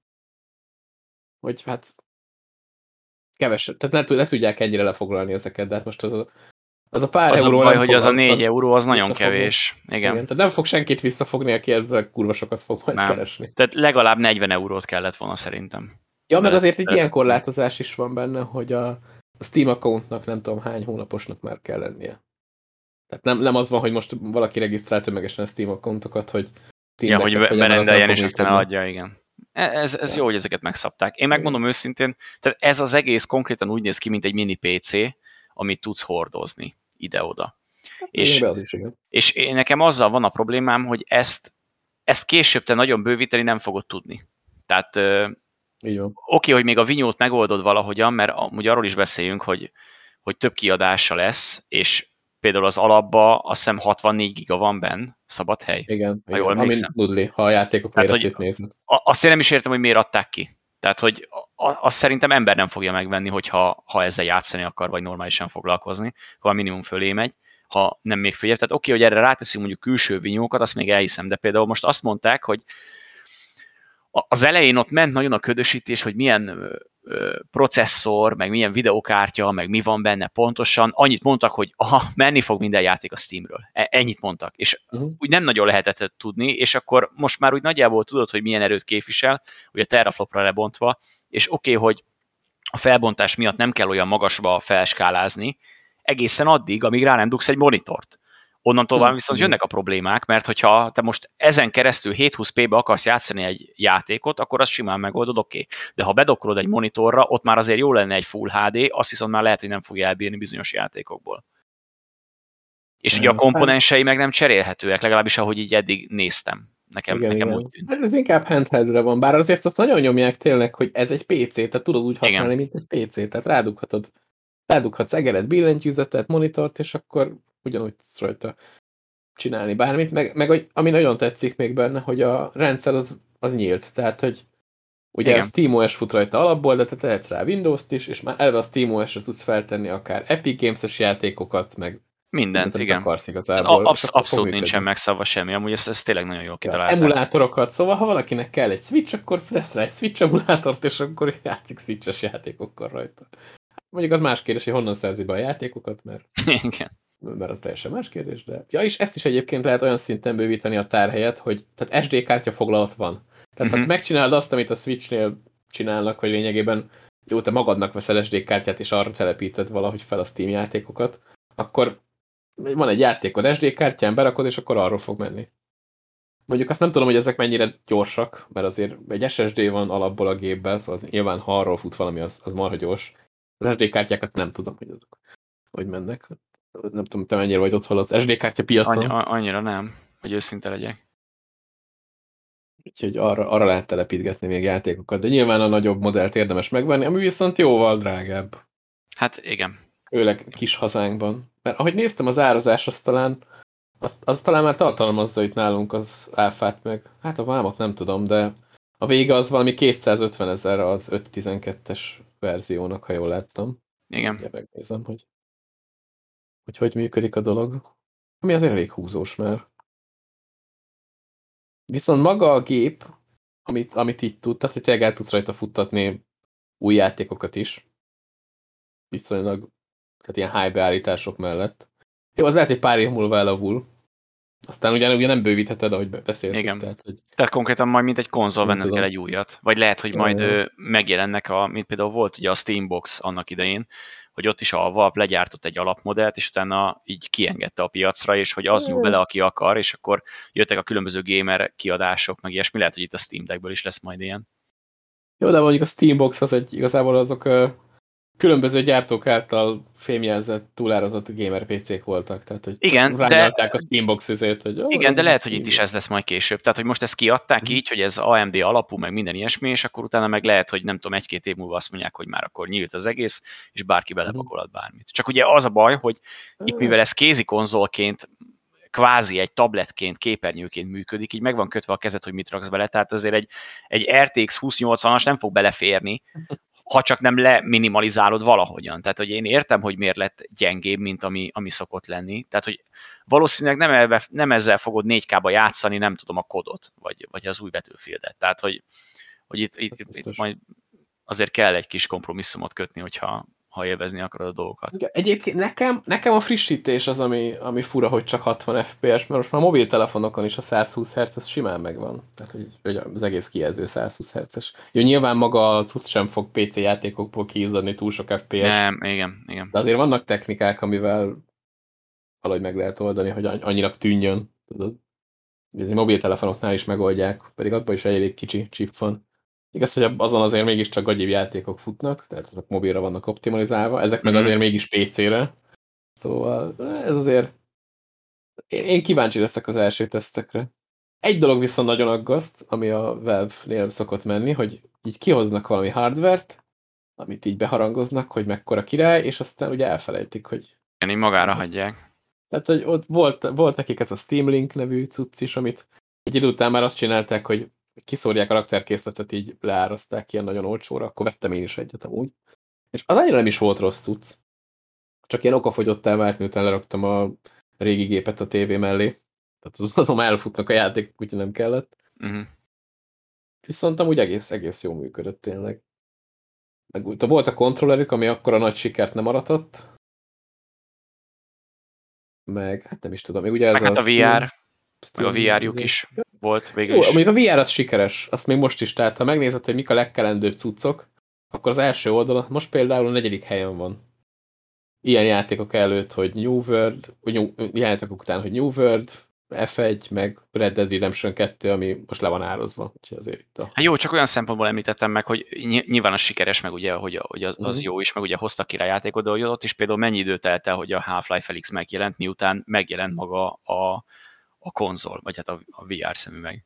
Speaker 1: hogy hát keveset, tehát ne tudják ennyire lefoglalni ezeket, de hát most az a pár
Speaker 2: Az a
Speaker 1: euró
Speaker 2: baj,
Speaker 1: nem
Speaker 2: hogy
Speaker 1: fog
Speaker 2: az a 4
Speaker 1: az
Speaker 2: euró az nagyon
Speaker 1: visszafogni.
Speaker 2: kevés.
Speaker 1: Igen,
Speaker 2: Igen.
Speaker 1: tehát nem fog senkit visszafogni, aki ezzel kurva sokat fog majd
Speaker 2: Nem.
Speaker 1: keresni.
Speaker 2: Tehát legalább 40 eurót kellett volna szerintem.
Speaker 1: Ja, meg azért egy ilyen
Speaker 2: Beletetni.
Speaker 1: korlátozás is van benne, hogy a Steam accountnak nem tudom hány hónaposnak már kell lennie. Tehát nem az van, hogy most valaki regisztrál tömegesen a Steam accountokat, hogy Steam
Speaker 2: Ja, hogy
Speaker 1: Decket vegyen, mert az nem
Speaker 2: berendeljen,
Speaker 1: fog
Speaker 2: és aztán
Speaker 1: működni.
Speaker 2: eladja, igen. Ez
Speaker 1: Ja.
Speaker 2: jó, hogy ezeket megszabták. Én megmondom őszintén, tehát ez az egész konkrétan úgy néz ki, mint egy mini PC, amit tudsz hordozni ide-oda.
Speaker 1: Lényegben az is, igen.
Speaker 2: És nekem azzal van a problémám, hogy ezt később te nagyon bővíteni nem fogod tudni. Tehát
Speaker 1: Így van.
Speaker 2: oké, hogy még a vinyót megoldod valahogyan, mert amúgy arról is beszéljünk, hogy több kiadása lesz, és például az alapba azt hiszem 64 giga van benn, szabad hely,
Speaker 1: Igen,
Speaker 2: ha jól
Speaker 1: igen. Amin
Speaker 2: emlékszem.
Speaker 1: nudli, ha a játékok
Speaker 2: Tehát, hogy
Speaker 1: méretét nézed.
Speaker 2: azt én nem is értem, hogy miért adták ki. Tehát, hogy azt szerintem ember nem fogja megvenni, hogyha ezzel játszani akar, vagy normálisan foglalkozni, ha a minimum fölé megy, ha nem még följebb. Tehát oké, hogy erre ráteszünk mondjuk külső vinyókat, azt még elhiszem, de például most azt mondták, hogy az elején ott ment nagyon a ködösítés, hogy milyen processzor, meg milyen videokártya, meg mi van benne pontosan. Annyit mondtak, hogy menni fog minden játék a Steamről. Ennyit mondtak. És úgy nem nagyon lehetett tudni, és akkor most már úgy nagyjából tudod, hogy milyen erőt képvisel, hogy a teraflopra lebontva, és oké, hogy a felbontás miatt nem kell olyan magasba felskálázni, egészen addig, amíg rá nem dugsz egy monitort. Onnantól már viszont jönnek a problémák, mert hogyha te most ezen keresztül 720p-be akarsz játszani egy játékot, akkor azt simán megoldod, oké. De ha bedokkolod egy monitorra, ott már azért jó lenne egy Full HD, azt viszont már lehet, hogy nem fogja elbírni bizonyos játékokból. És ugye a komponensei meg nem cserélhetőek, legalábbis ahogy így eddig néztem. Nekem úgy tűnt.
Speaker 1: Hát ez inkább handheldre van, bár azért azt nagyon nyomják tényleg, hogy ez egy PC, tehát tudod úgy használni,
Speaker 2: Igen.
Speaker 1: mint egy PC, tehát rádughatsz egeret, billentyűzetet, monitort, és akkor ugyanúgy tudsz rajta csinálni bármit, meg ami nagyon tetszik még benne, hogy a rendszer az nyílt, tehát hogy ugye
Speaker 2: Igen.
Speaker 1: a SteamOS fut rajta alapból, de te tehetsz rá Windows-t is, és már eleve a SteamOS-re tudsz feltenni akár Epic Games-es játékokat, meg
Speaker 2: Mindent,
Speaker 1: amit
Speaker 2: igen.
Speaker 1: akarsz igazából, és akkor fog
Speaker 2: Abszolút
Speaker 1: működni.
Speaker 2: nincsen megszabva semmi, amúgy ez tényleg nagyon jól
Speaker 1: Ja,
Speaker 2: kitalálták.
Speaker 1: emulátorokat, szóval ha valakinek kell egy Switch, akkor lesz rá egy Switch emulátort, és akkor játszik Switch-es játékokkal rajta. Mondjuk az más kérdés, hogy honnan szerzi be a játékokat,
Speaker 2: Igen.
Speaker 1: mert az teljesen más kérdés, de... Ja, és ezt is egyébként lehet olyan szinten bővíteni a tárhelyet, hogy tehát SD kártya foglalat van. Tehát ha megcsinálod azt, amit a Switchnél csinálnak, hogy lényegében jó, te magadnak veszel SD kártyát, és arra telepíted valahogy fel a Steam játékokat, akkor van egy játékod SD kártyán, berakod, és akkor arról fog menni. Mondjuk azt nem tudom, hogy ezek mennyire gyorsak, mert azért egy SSD van alapból a gépben, szóval az nyilván ha arról fut valami, az marha gyors. Az SD kártyákat nem tudom, hogy azok hogy mennek. Nem tudom, te mennyire vagy otthon az SD kártya piacon.
Speaker 2: Annyira nem, hogy őszinte legyek.
Speaker 1: Úgyhogy arra lehet telepítgetni még játékokat, de nyilván a nagyobb modellt érdemes megvenni, ami viszont jóval drágább.
Speaker 2: Hát igen.
Speaker 1: Főleg kis hazánkban. Mert ahogy néztem az árazás, az talán már tartalmazza itt nálunk az áfát meg. Hát a vámot nem tudom, de a vége az valami 250 000 az 5.12-es verziónak, ha jól láttam.
Speaker 2: Igen.
Speaker 1: Ugye megnézem, hogy működik a dolog. Ami azért elég húzós már. Viszont maga a gép, amit így tud, tehát hogy tényleg el tudsz rajta futtatni új játékokat is. Viszonylag, tehát ilyen high beállítások mellett. Jó, az lehet, hogy pár év múlva elavul, Aztán ugye nem bővítheted, ahogy beszéltük,
Speaker 2: Igen.
Speaker 1: tehát, hogy
Speaker 2: Tehát konkrétan majd mint egy konzol
Speaker 1: nem
Speaker 2: venned kell
Speaker 1: tudom.
Speaker 2: egy újat. Vagy lehet, hogy majd
Speaker 1: Ja.
Speaker 2: megjelennek, mint például volt ugye a Steambox annak idején, hogy ott is a Valve legyártott egy alapmodellt, és utána így kiengedte a piacra, és hogy az nyúl bele, aki akar, és akkor jöttek a különböző gamer kiadások, meg ilyesmi. Lehet, hogy itt a Steam Deckből is lesz majd ilyen.
Speaker 1: Jó, de mondjuk a Steambox az igazából azok különböző gyártók által fémjelzett, túlárazott gamer PC-k voltak, tehát hogy csak
Speaker 2: Igen, de
Speaker 1: rányalták a Steambox izét, hogy
Speaker 2: Igen, de
Speaker 1: ez a
Speaker 2: lehet, hogy itt is
Speaker 1: Steambox.
Speaker 2: ez lesz majd később. Tehát, hogy most ezt kiadták
Speaker 1: Mhm.
Speaker 2: így, hogy ez AMD alapú, meg minden ilyesmi, és akkor utána meg lehet, hogy nem tudom, egy-két év múlva azt mondják, hogy már akkor nyílt az egész, és bárki
Speaker 1: Mhm.
Speaker 2: belepakolhat bármit. Csak ugye az a baj, hogy itt mivel ez kézi konzolként, kvázi egy tabletként, képernyőként működik, így meg van kötve a kezed, hogy mit raksz bele, tehát azért egy RTX 2080-as nem fog beleférni, ha csak nem leminimalizálod valahogyan. Tehát, hogy én értem, hogy miért lett gyengébb, mint ami szokott lenni. Tehát, hogy valószínűleg nem ezzel fogod 4K-ba játszani, nem tudom, a kodot, vagy az új Battlefieldet. Tehát, hogy
Speaker 1: Ez
Speaker 2: itt
Speaker 1: biztos.
Speaker 2: majd azért kell egy kis kompromisszumot kötni, ha élvezni akarod a dolgokat.
Speaker 1: Igen, egyébként nekem a frissítés az, ami fura, hogy csak 60 FPS, mert most már mobiltelefonokon is a 120 Hz ez simán megvan. Tehát, hogy az egész kijelző 120 Hz-es. Jó, nyilván maga a cucc sem fog PC játékokból kiizzadni túl sok FPS-t,
Speaker 2: Nem, igen.
Speaker 1: de azért vannak technikák, amivel valahogy meg lehet oldani, hogy annyinak tűnjön. Tudod? Ez mobiltelefonoknál is megoldják, pedig abban is egy elég kicsi chip van. Igaz, hogy azon azért mégiscsak gagyibb játékok futnak, tehát azok mobilra vannak optimalizálva, ezek meg
Speaker 2: Mhm.
Speaker 1: azért mégis PC-re. Szóval ez azért... Én kíváncsi leszek az első tesztekre. Egy dolog viszont nagyon aggaszt, ami a Valve-nél szokott menni, hogy így kihoznak valami hardvert, amit így beharangoznak, hogy mekkora király, és aztán ugye elfelejtik, hogy
Speaker 2: Igen, így magára
Speaker 1: nem használ.
Speaker 2: hagyják.
Speaker 1: Tehát, hogy ott volt nekik ez a Steam Link nevű cucc is, amit egy idő után már azt csinálták, hogy kiszórják a raktárkészletet, így leáraszták ilyen nagyon olcsóra, akkor vettem én is egyet amúgy. És az annyira nem is volt rossz cucc. Csak ilyen okafogyottá vált, miután leraktam a régi gépet a tévé mellé. Tehát azon már elfutnak a játékok, úgyhogy nem kellett.
Speaker 2: Uh-huh.
Speaker 1: Viszont amúgy egész jól működött tényleg. Meg volt a kontrollerük, ami akkora nagy sikert nem aratott. Meg, hát nem is tudom, még ugye ez
Speaker 2: Meg hát
Speaker 1: a
Speaker 2: a VR, meg a
Speaker 1: Steam
Speaker 2: VR-juk is volt végül
Speaker 1: Jó,
Speaker 2: is.
Speaker 1: mondjuk a VR az sikeres, azt még most is, tehát ha megnézed, hogy mik a legkelendőbb cuccok, akkor az első oldalon, most például a 4. helyen van. Ilyen játékok előtt, hogy New World, játékok után, hogy New World, F1, meg Red Dead Redemption 2, ami most le van árazva, úgyhogy azért itt a...
Speaker 2: Hát jó, csak olyan szempontból említettem meg, hogy nyilván az sikeres, meg ugye, hogy az
Speaker 1: Mhm.
Speaker 2: jó is, meg ugye hoztak ki rá játékot, de hogy ott is például mennyi idő telt el, hogy a Half-Life Felix megjelent, miután megjelent maga a konzol, vagy hát a VR szemüveg.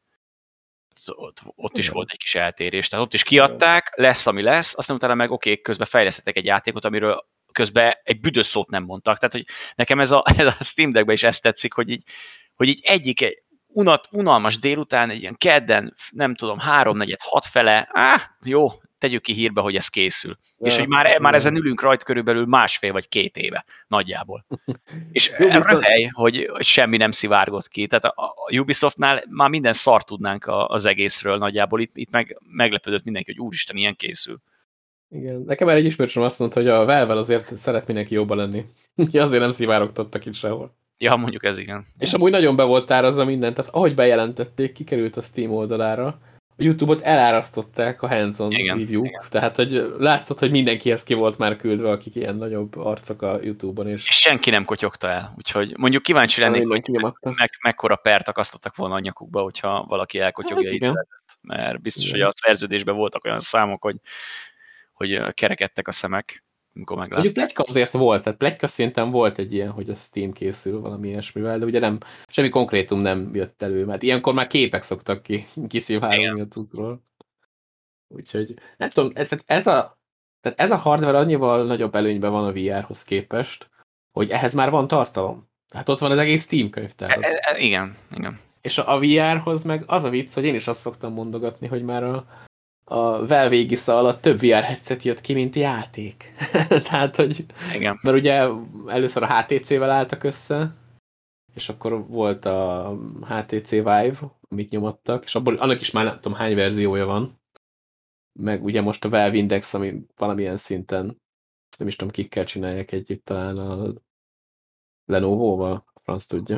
Speaker 2: Ott is
Speaker 1: Igen.
Speaker 2: volt egy kis eltérés. Tehát ott is
Speaker 1: Igen.
Speaker 2: kiadták, lesz, ami lesz, aztán utána meg oké, közben fejlesztettek egy játékot, amiről közben egy büdös szót nem mondtak. Tehát, hogy nekem ez a Steam Deckben is ezt tetszik, hogy így egy unalmas délután, egy ilyen kedden, nem tudom, 3-4-6 fele, jó, tegyük ki hírbe, hogy ez készül. És hogy
Speaker 1: Ja,
Speaker 2: már ezen
Speaker 1: igen.
Speaker 2: ülünk rajt körülbelül 1,5 vagy 2 éve, nagyjából. És
Speaker 1: Jó, viszont
Speaker 2: röhely, hogy semmi nem szivárgott ki. Tehát a Ubisoftnál már minden szart tudnánk az egészről nagyjából. Itt meglepődött mindenki, hogy úristen, ilyen készül.
Speaker 1: igen. Nekem már egy ismerősöm azt mondta, hogy a Valve-vel azért szeret mindenki jobban lenni. Azért nem szivárogtattak itt sehol.
Speaker 2: Ja, mondjuk ez igen.
Speaker 1: És amúgy nagyon be volt árazva minden, tehát ahogy bejelentették, kikerült a Steam oldalára, a YouTube-ot elárasztották a hands-on
Speaker 2: Igen.
Speaker 1: review-k, tehát hogy látszott, hogy mindenkihez ki volt már küldve, akik ilyen nagyobb arcok a YouTube-on, és
Speaker 2: És senki nem kotyogta el. Úgyhogy mondjuk kíváncsi lennék, hogy
Speaker 1: mindenki nyomatta.
Speaker 2: mekkora pert akasztottak volna a nyakukba, hogyha valaki elkotyogja
Speaker 1: Hát
Speaker 2: itt
Speaker 1: igen.
Speaker 2: lehetett. Mert biztos, hogy
Speaker 1: Igen.
Speaker 2: a szerződésben voltak olyan számok, hogy kerekedtek a szemek, amikor
Speaker 1: Mondjuk
Speaker 2: meglátták.
Speaker 1: pletyka azért volt, tehát pletyka szinten volt egy ilyen, hogy a Steam készül valami ilyesmivel, de ugye nem, semmi konkrétum nem jött elő, mert ilyenkor már képek szoktak
Speaker 2: Igen.
Speaker 1: kiszivárogni a cuccról. Úgyhogy nem tudom, tehát ez a hardware annyival nagyobb előnyben van a VR-hoz képest, hogy ehhez már van tartalom. Tehát ott van az egész Steam könyvtárod.
Speaker 2: Igen.
Speaker 1: És a VR-hoz meg az a vicc, hogy én is azt szoktam mondogatni, hogy már a Valve égisze alatt több VR headset jött ki, mint játék. Tehát, hogy...
Speaker 2: Igen.
Speaker 1: Mert ugye először a HTC-vel álltak össze, és akkor volt a HTC Vive, amit nyomattak, és abból annak is már nem tudom hány verziója van. Meg ugye most a Valve Index, ami valamilyen szinten, ezt nem is tudom, kikkel csinálják együtt, talán a Lenovo-val, a franc tudja.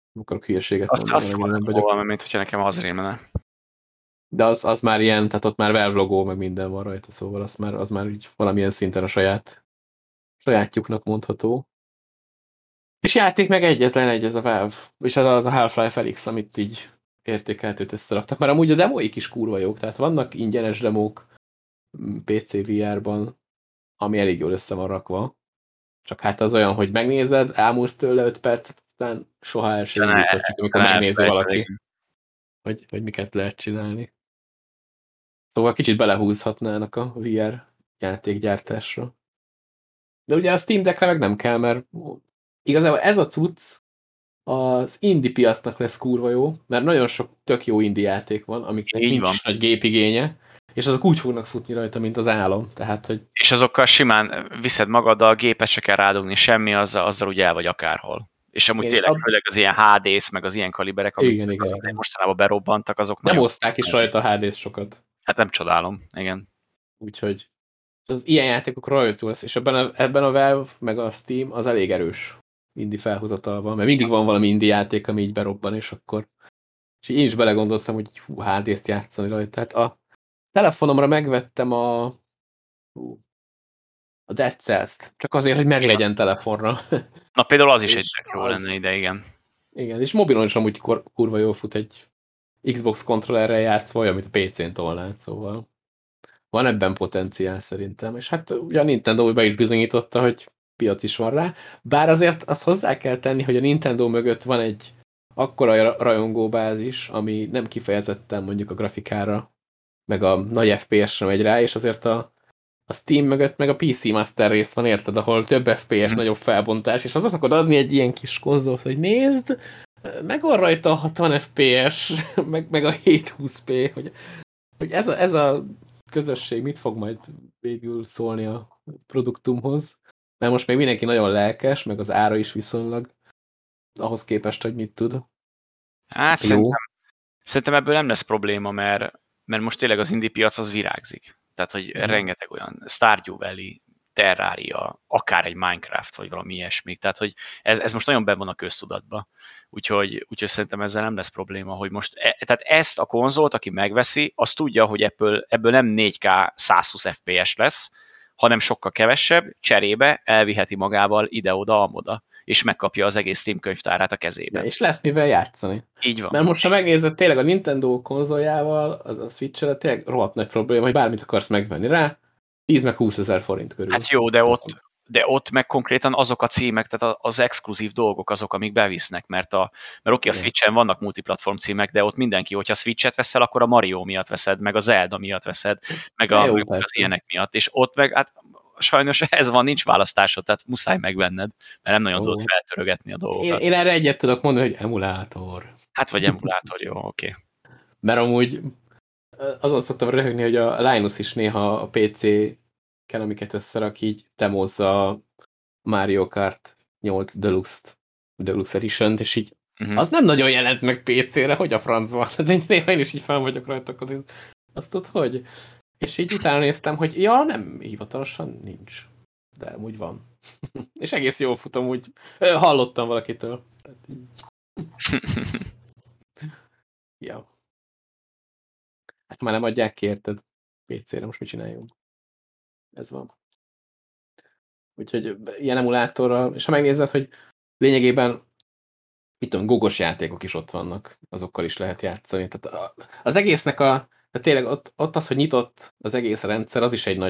Speaker 1: akarok hülyeséget
Speaker 2: Azt,
Speaker 1: mondani,
Speaker 2: azt
Speaker 1: amennyire nem
Speaker 2: mondom
Speaker 1: vagyok.
Speaker 2: volna, mint hogyha nekem az rémlene.
Speaker 1: De az már ilyen, tehát ott már Valve logó, meg minden van rajta, szóval az már így valamilyen szinten a sajátjuknak mondható. És játék meg egyetlen egy, ez a Valve, és az a Half-Life Felix, amit így értékeltőt összeraktak. Mert amúgy a demóik is kurva jók, tehát vannak ingyenes demók PC VR-ban, ami elég jól össze van rakva. Csak hát az olyan, hogy megnézed, elmúlsz tőle 5 percet, aztán soha el sem
Speaker 2: Utána,
Speaker 1: indítod, csak amikor
Speaker 2: utána
Speaker 1: megnézi
Speaker 2: elfelejted,
Speaker 1: valaki,
Speaker 2: igen.
Speaker 1: hogy miket lehet csinálni. Szóval kicsit belehúzhatnának a VR játékgyártásra. De ugye a Steam Deckre meg nem kell, mert igazából ez a cucc az indie piacnak lesz kurva jó, mert nagyon sok tök jó indie játék van, amiknek
Speaker 2: Így
Speaker 1: nincs
Speaker 2: van.
Speaker 1: is nagy gépigénye, és azok úgy fognak futni rajta, mint az álom. Tehát, hogy
Speaker 2: És azokkal simán viszed magaddal, a gépet se kell rádugni, semmi, azzal úgy el vagy akárhol. És amúgy
Speaker 1: igen, és
Speaker 2: tényleg, főleg az ilyen HD-s, meg az ilyen kaliberek, amik
Speaker 1: igen, igen, igen.
Speaker 2: mostanában berobbantak, azok
Speaker 1: Nem
Speaker 2: nagyon...
Speaker 1: hozták is rajta a HD-t sokat.
Speaker 2: Hát nem csodálom, igen.
Speaker 1: Úgyhogy az ilyen játékok rajta lesz, és ebben a Valve meg a Steam az elég erős indie felhozatalban, mert mindig van valami indie játék, ami így berobban, és akkor és én is belegondoltam, hogy hú, HD-t játszani rajta. Tehát a telefonomra megvettem a Dead Cells-t, csak azért, hogy meglegyen telefonra.
Speaker 2: Na például az is egy
Speaker 1: És
Speaker 2: tök jó lenne ide, igen.
Speaker 1: igen, és mobilon is amúgy kurva jól fut, egy Xbox kontrollerrel játszva, olyan, amit a PC-n tolnád, szóval van ebben potenciál szerintem, és hát ugye a Nintendo be is bizonyította, hogy piac is van rá, bár azért azt hozzá kell tenni, hogy a Nintendo mögött van egy akkora rajongóbázis, ami nem kifejezetten mondjuk a grafikára, meg a nagy FPS-re megy rá, és azért a Steam mögött meg a PC Master rész van, érted, ahol több FPS, nagyobb felbontás, és azoknak ad adni egy ilyen kis konzolt, hogy nézd, meg van rajta a 60 FPS, meg a 720p, hogy ez a közösség mit fog majd végül szólni a produktumhoz. Mert most még mindenki nagyon lelkes, meg az ára is viszonylag ahhoz képest, hogy mit tud.
Speaker 2: Hát
Speaker 1: Jó.
Speaker 2: szerintem ebből nem lesz probléma, mert most tényleg az indie piac az virágzik. Tehát, hogy rengeteg olyan Stardew Valley, Terraria, akár egy Minecraft, vagy valami ilyesmi. Tehát, hogy ez most nagyon benn van a köztudatba. Úgyhogy szerintem ezzel nem lesz probléma, hogy most, tehát ezt a konzolt, aki megveszi, az tudja, hogy ebből nem 4K 120 FPS lesz, hanem sokkal kevesebb, cserébe elviheti magával ide-oda, amoda, és megkapja az egész Steam könyvtárát a kezében.
Speaker 1: Ja, és lesz mivel játszani.
Speaker 2: Így van.
Speaker 1: Mert most, ha megnézed, tényleg a Nintendo konzoljával, a Switch-el tényleg rohadt nagy probléma, hogy bármit akarsz megvenni rá, 10 meg 20 000 forint körül.
Speaker 2: Hát jó, de ott meg konkrétan azok a címek, tehát az exkluzív dolgok azok, amik bevisznek, mert oké, a Switchen vannak multiplatform címek, de ott mindenki, hogyha Switchet veszel, akkor a Mario miatt veszed, meg a Zelda miatt veszed, meg
Speaker 1: Jó,
Speaker 2: meg az
Speaker 1: persze.
Speaker 2: ilyenek miatt, és ott meg, hát sajnos ez van, nincs választásod, tehát muszáj megvenned, mert nem nagyon tudod feltörögetni a dolgokat.
Speaker 1: Én erre egyet tudok mondani, hogy emulátor.
Speaker 2: Hát vagy emulátor, jó, oké.
Speaker 1: Mert amúgy azon szoktam röhögni, hogy a Linus is néha a PC-ken, amiket összerak, így demozza a Mario Kart 8 Deluxe Edition-t, és így az nem nagyon jelent meg PC-re, hogy a francban. De néha én is így fel vagyok rajta, akkor azt tudod, hogy? És így utána néztem, hogy ja, nem hivatalosan nincs. De úgy van. És egész jól futom, úgy hallottam valakitől. Ja. Hát már nem adják ki, érted? PC-re most mit csináljunk? Ez van. Úgyhogy ilyen emulátorral, és ha megnézed, hogy lényegében mit tudom, gogos játékok is ott vannak, azokkal is lehet játszani. Tehát az egésznek tehát tényleg ott az, hogy nyitott az egész rendszer, az is egy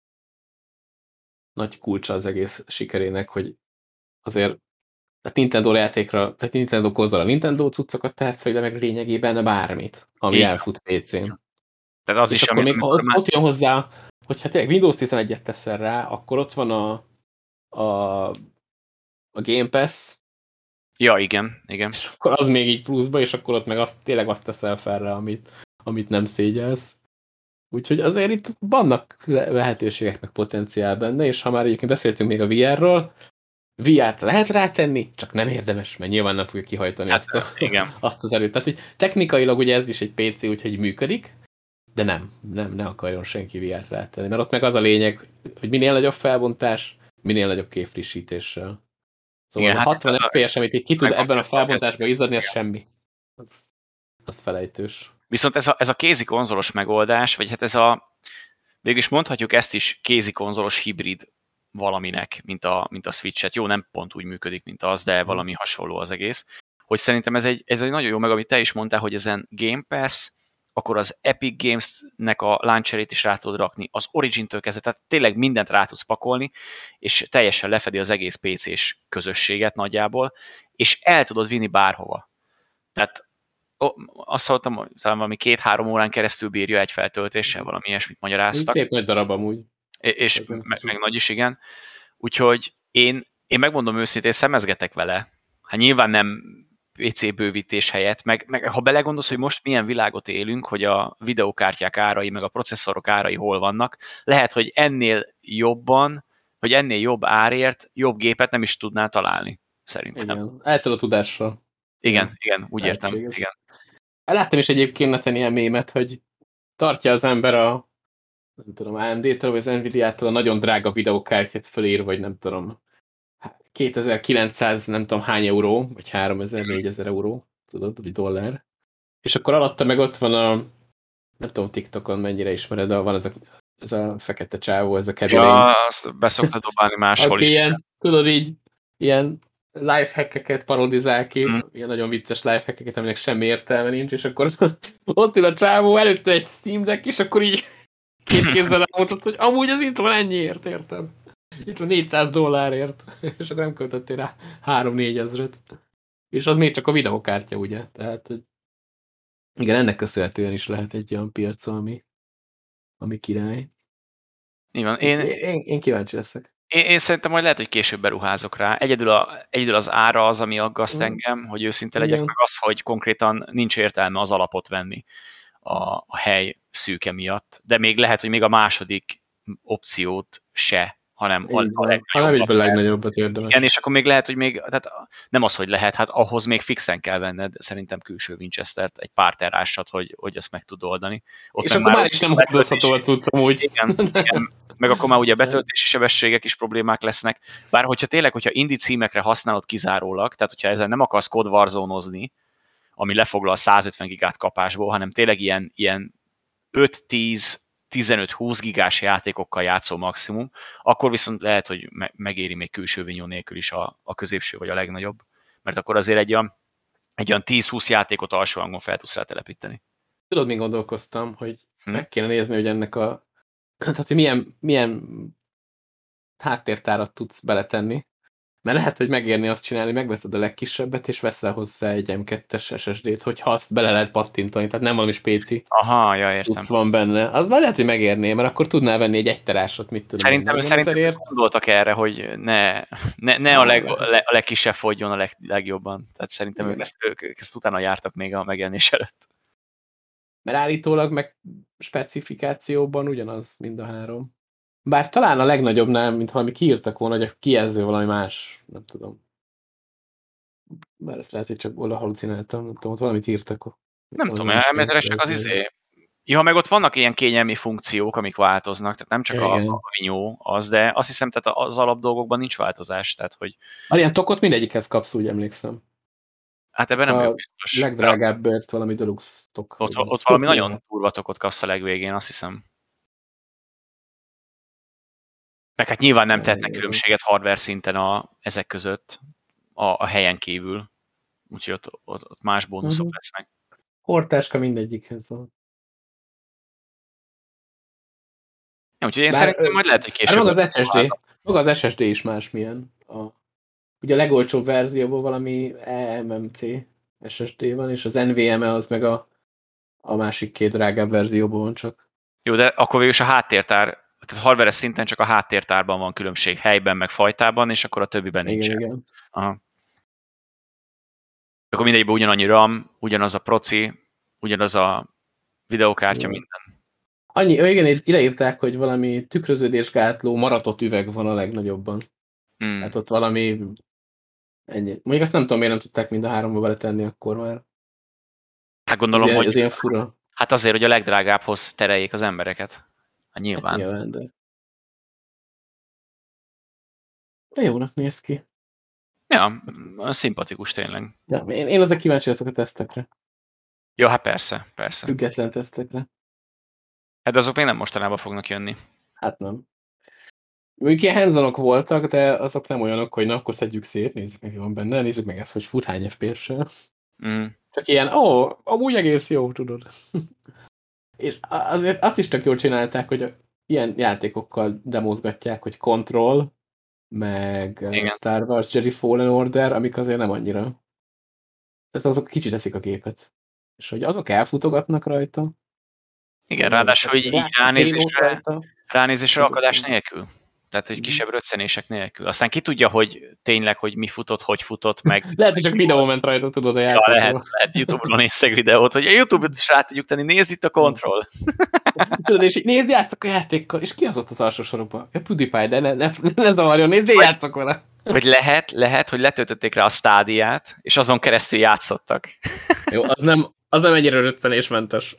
Speaker 1: nagy kulcsa az egész sikerének, hogy azért tehát Nintendo játékra, tehát Nintendo konzolra Nintendo cuccokat tehetsz, vagy de meg lényegében bármit, ami
Speaker 2: Így,
Speaker 1: elfut PC-n.
Speaker 2: tehát az
Speaker 1: És
Speaker 2: is,
Speaker 1: akkor még
Speaker 2: amikor már...
Speaker 1: ott jön hozzá, hogyha tényleg Windows 11-et teszel rá, akkor ott van a, a Game Pass,
Speaker 2: Ja, igen.
Speaker 1: és akkor az még így pluszba, és akkor ott meg tényleg azt teszel fel rá, amit nem szégyelsz. Úgyhogy azért itt vannak lehetőségek, meg potenciál benne, és ha már egyébként beszéltünk még a VR-ról, VR-t lehet rátenni, csak nem érdemes, mert nyilván nem fogja kihajtani
Speaker 2: Hát, igen.
Speaker 1: azt az erőt. Tehát, hogy technikailag ugye ez is egy PC, úgyhogy működik, de ne akarjon senki VR-t rátenni, mert ott meg az a lényeg, hogy minél nagyobb felbontás, minél nagyobb képfrissítéssel. Szóval
Speaker 2: Igen,
Speaker 1: a
Speaker 2: hát
Speaker 1: 60 FPS, amit így ki tud
Speaker 2: megvan
Speaker 1: ebben a
Speaker 2: például a
Speaker 1: felbontásban izzadni, az
Speaker 2: igen.
Speaker 1: semmi. Az felejtős.
Speaker 2: Viszont ez a kézi konzolos megoldás, vagy hát végülis mondhatjuk ezt is kézi konzolos hibrid valaminek, mint a Switch-et. Jó, nem pont úgy működik, mint az, de valami hasonló az egész. Hogy szerintem ez egy nagyon jó, meg amit te is mondtál, hogy ezen Game Pass, akkor az Epic Games-nek a launcherét is rá tudod rakni, az Origin-től kezdve, tehát tényleg mindent rá tudsz pakolni, és teljesen lefedi az egész PC-s közösséget nagyjából, és el tudod vinni bárhova. Tehát azt hallottam, hogy talán valami 2-3 órán keresztül bírja egy feltöltéssel, valami ilyesmit
Speaker 1: Egy
Speaker 2: magyaráztak.
Speaker 1: szép nagy darab amúgy.
Speaker 2: És
Speaker 1: Ez nem
Speaker 2: meg
Speaker 1: kicsi.
Speaker 2: nagy is, igen. Úgyhogy én megmondom őszintén, szemezgetek vele. Hát nyilván nem PC bővítés helyett, meg ha belegondolsz, hogy most milyen világot élünk, hogy a videokártyák árai, meg a processzorok árai hol vannak, lehet, hogy ennél jobban, hogy ennél jobb árért jobb gépet nem is tudnál találni, szerintem.
Speaker 1: Igen. Elszól a tudásra.
Speaker 2: Igen,
Speaker 1: Igen.
Speaker 2: igen, úgy értem.
Speaker 1: Lehetséges.
Speaker 2: Igen.
Speaker 1: Láttam is egyébként neten ilyen mémet, hogy tartja az ember a nem tudom, AMD-től vagy az Nvidia-től a nagyon drága videókártyát fölír, vagy nem tudom, 2900 nem tudom hány euró, vagy 3000, 4000 euró, tudod, vagy dollár. És akkor alatta meg ott van a, nem tudom TikTokon mennyire ismered, de van ez a fekete csávó, ez a Kevin Lane,
Speaker 2: Ja, azt beszoktad dobálni máshol
Speaker 1: aki
Speaker 2: is.
Speaker 1: ilyen, tudod így, ilyen lifehackeket parodizál ki,
Speaker 2: Mm.
Speaker 1: ilyen nagyon vicces lifehackeket, aminek semmi értelme nincs, és akkor ott ül a csávó, előtte egy Steam Deck, és akkor így két kézzel elmondtad, hogy amúgy az itt van ennyiért, érted? Itt van 400 dollárért, és akkor nem költöttél rá 3-4 ezret. És az még csak a videokártya, ugye? Tehát, hogy igen, ennek köszönhetően is lehet egy olyan piac, ami király.
Speaker 2: Így van.
Speaker 1: Úgyhogy én kíváncsi leszek.
Speaker 2: Én szerintem majd lehet, hogy később beruházok rá. Egyedül az ára az, ami aggaszt
Speaker 1: Mm,
Speaker 2: engem, hogy őszinte legyek,
Speaker 1: igen.
Speaker 2: meg az, hogy konkrétan nincs értelme az alapot venni a hely szűke miatt. De még lehet, hogy még a második opciót se, hanem a
Speaker 1: Így van. Ha nem
Speaker 2: legnagyobbat.
Speaker 1: egyből legnagyobbat
Speaker 2: Igen,
Speaker 1: érdemes.
Speaker 2: és akkor még lehet, hogy még, tehát nem az, hogy lehet, hát ahhoz még fixen kell venned szerintem külső Winchester-t, egy pár terásat, hogy ezt meg tud oldani. Ott
Speaker 1: És
Speaker 2: meg
Speaker 1: akkor
Speaker 2: már
Speaker 1: már is nem hordozható a cucc amúgy.
Speaker 2: igen, igen, meg akkor már ugye betöltési sebességek is problémák lesznek. Bár hogyha tényleg, hogyha indie címekre használod kizárólag, tehát hogyha ezen nem akarsz Code Warzone-ozni, ami lefoglal 150 gigát kapásból, hanem tényleg ilyen 5-10-15-20 gigás játékokkal játszol maximum, akkor viszont lehet, hogy megéri még külső vinyó nélkül is a középső vagy a legnagyobb. Mert akkor azért egy olyan 10-20 játékot alsó hangon fel tudsz rá telepíteni.
Speaker 1: Tudod, mi gondolkoztam, hogy
Speaker 2: Hm?
Speaker 1: meg kéne nézni, hogy ennek a tehát, hogy milyen háttértárat tudsz beletenni. Mert lehet, hogy megérni azt csinálni, megveszed a legkisebbet, és veszel hozzá egy M2-es SSD-t, hogyha azt bele lehet pattintani, tehát nem valami spéci
Speaker 2: Aha, ja, értem.
Speaker 1: cucc van benne. Az már lehet, hogy megérné, mert akkor tudnál venni egy 1 terásot, mit tudom én,
Speaker 2: Szerintem
Speaker 1: 40 ezerért.
Speaker 2: gondoltak erre, hogy ne a legkisebb fogjon a legjobban. Tehát szerintem
Speaker 1: Igen.
Speaker 2: ők ezt utána jártak még a megjelenés előtt.
Speaker 1: Mert állítólag meg specifikációban ugyanaz mind a három. Bár talán a legnagyobbnál, mint valami kiírtak volna, hogy a kijelző valami más, nem tudom. Bár ezt lehet, hogy csak oda halucináltam, nem tudom, ott valamit írtak.
Speaker 2: Nem tudom,
Speaker 1: Valami ismert
Speaker 2: elméletileg csak az
Speaker 1: kijelző.
Speaker 2: Ja, meg ott vannak ilyen kényelmi funkciók, amik változnak, tehát nem csak
Speaker 1: Ja,
Speaker 2: a
Speaker 1: igen.
Speaker 2: vinyó az, de azt hiszem, tehát az alap dolgokban nincs változás, tehát hogy
Speaker 1: Ilyen tokot mindegyikhez kapsz, úgy emlékszem.
Speaker 2: hát ebben
Speaker 1: Csak
Speaker 2: nem vagyok
Speaker 1: a
Speaker 2: biztos. De
Speaker 1: legdrágábbért valami deluxe tok.
Speaker 2: ott valami nagyon durva tokot kapsz a legvégén, azt hiszem. Meg hát nyilván nem tehetnek különbséget hardware szinten ezek között a helyen kívül. Úgyhogy ott más bónuszok lesznek.
Speaker 1: Hordtáska mindegyikhez van.
Speaker 2: Ja, úgyhogy én
Speaker 1: Bár,
Speaker 2: szerintem majd lehet, hogy
Speaker 1: bár
Speaker 2: később.
Speaker 1: maga az SSD is másmilyen. Ugye a legolcsóbb verzióban valami eMMC SSD van, és az NVMe az meg a másik két drágább verzióban van csak.
Speaker 2: Jó, de akkor végül is a háttértár, tehát hardware szinten csak a háttértárban van különbség, helyben meg fajtában, és akkor a többiben
Speaker 1: Igen,
Speaker 2: nincsen.
Speaker 1: igen.
Speaker 2: Aha. Akkor mindegyikben ugyanannyi RAM, ugyanaz a proci, ugyanaz a videokártya,
Speaker 1: Igen.
Speaker 2: minden.
Speaker 1: Igen, ide írták, hogy valami tükröződésgátló maratott üveg van a legnagyobban. Hát ott valami ennyi. Mondjuk azt nem tudom, miért nem tudták mind a háromba beletenni akkor már.
Speaker 2: Hát gondolom, hogy
Speaker 1: Ez ilyen fura.
Speaker 2: hát azért, hogy a legdrágábbhoz tereljék az embereket. Hát
Speaker 1: Hát
Speaker 2: nyilván.
Speaker 1: nyilván, de jónak néz ki.
Speaker 2: Ja, szimpatikus tényleg.
Speaker 1: Ja, én azért kíváncsi leszek a tesztekre.
Speaker 2: Jó, hát persze.
Speaker 1: Független tesztekre.
Speaker 2: Hát azok még nem mostanában fognak jönni.
Speaker 1: Hát nem. Mondjuk ilyen hands voltak, de azok nem olyanok, hogy na, akkor szedjük szét, nézzük meg, mi van benne, nézzük meg ezt, hogy fut hány FPS-sel.
Speaker 2: Mm.
Speaker 1: Csak ilyen, amúgy egész jó, tudod. És azért azt is tök jól csinálták, hogy ilyen játékokkal demozgatják, hogy Control, meg
Speaker 2: Igen.
Speaker 1: Star Wars Jedi Fallen Order, amik azért nem annyira. Tehát azok kicsit eszik a gépet. És hogy azok elfutogatnak rajta.
Speaker 2: Igen, ráadásul így ránézésre akadás nélkül. Tehát, hogy kisebb röccenések nélkül. Aztán ki tudja, hogy tényleg, hogy mi futott, hogy futott, meg...
Speaker 1: Lehet, hogy csak videó ment rajta, tudod, a játékról.
Speaker 2: Lehet YouTube-on néztek videót, hogy a YouTube-ot is rá tudjuk tenni, nézd itt a Control.
Speaker 1: Tudod, és nézd, játszok a játékkal, és ki az ott az alsó sorokban? A PewDiePie, de ne zavarjon, nézd, én játszok vele.
Speaker 2: Vagy lehet, hogy letöltötték rá a stádiát, és azon keresztül játszottak.
Speaker 1: Jó, az nem ennyire röccenésmentes.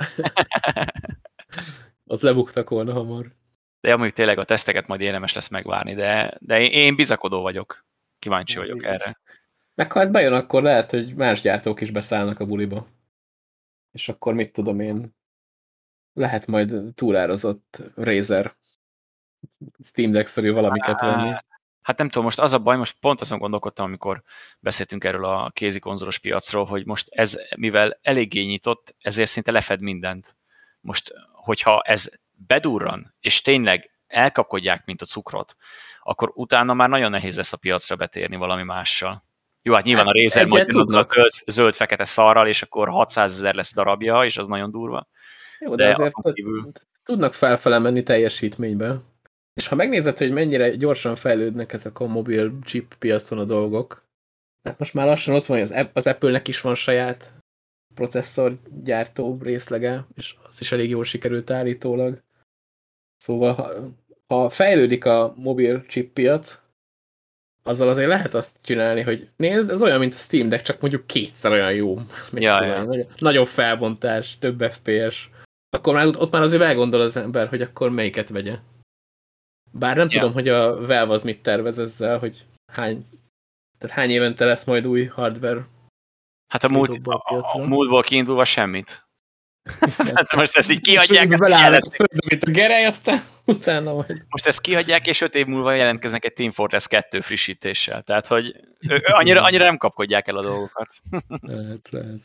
Speaker 1: Az lebuktak volna hamar.
Speaker 2: De amúgy tényleg a teszteket majd érdemes lesz megvárni, de én bizakodó vagyok. Kíváncsi vagyok erre.
Speaker 1: Meg ha ez bejön, akkor lehet, hogy más gyártók is beszállnak a buliba. És akkor mit tudom én, lehet majd túlározott Razer Steam Deck-szerű valamiket venni.
Speaker 2: Hát nem tudom, most az a baj, most pont azon gondolkodtam, amikor beszéltünk erről a kézikonzolos piacról, hogy most ez, mivel eléggé nyitott, ezért szinte lefed mindent. Most, hogyha ez bedurran, és tényleg elkapkodják, mint a cukrot, akkor utána már nagyon nehéz lesz a piacra betérni valami mással. Jó, hát nyilván a Razer majd jön a zöld-fekete szarral, és akkor 600 000 lesz darabja, és az nagyon durva.
Speaker 1: Jó, de azért tudnak felfele menni teljesítménybe. És ha megnézed, hogy mennyire gyorsan fejlődnek ezek a mobil chip piacon a dolgok, hát most már lassan ott van, hogy az Apple-nek is van saját processzorgyártó részlege, és az is elég jól sikerült állítólag. Szóval, ha fejlődik a mobil chip piac, azzal azért lehet azt csinálni, hogy nézd, ez olyan, mint a Steam Deck, csak mondjuk kétszer olyan jó. Nagyobb felbontás, több FPS. Akkor már ott már azért elgondol az ember, hogy akkor melyiket vegye. Bár nem tudom, hogy a Valve az mit tervez ezzel, hogy hány évente lesz majd új hardware.
Speaker 2: Hát a múltból kiindulva semmit. Hát most ezt így kiadják,
Speaker 1: mint a gerej, aztán utána majd.
Speaker 2: Most ezt kiadják, és 5 év múlva jelentkeznek egy Team Fortress 2 frissítéssel. Tehát, hogy annyira nem kapkodják el a dolgokat.
Speaker 1: Lehet.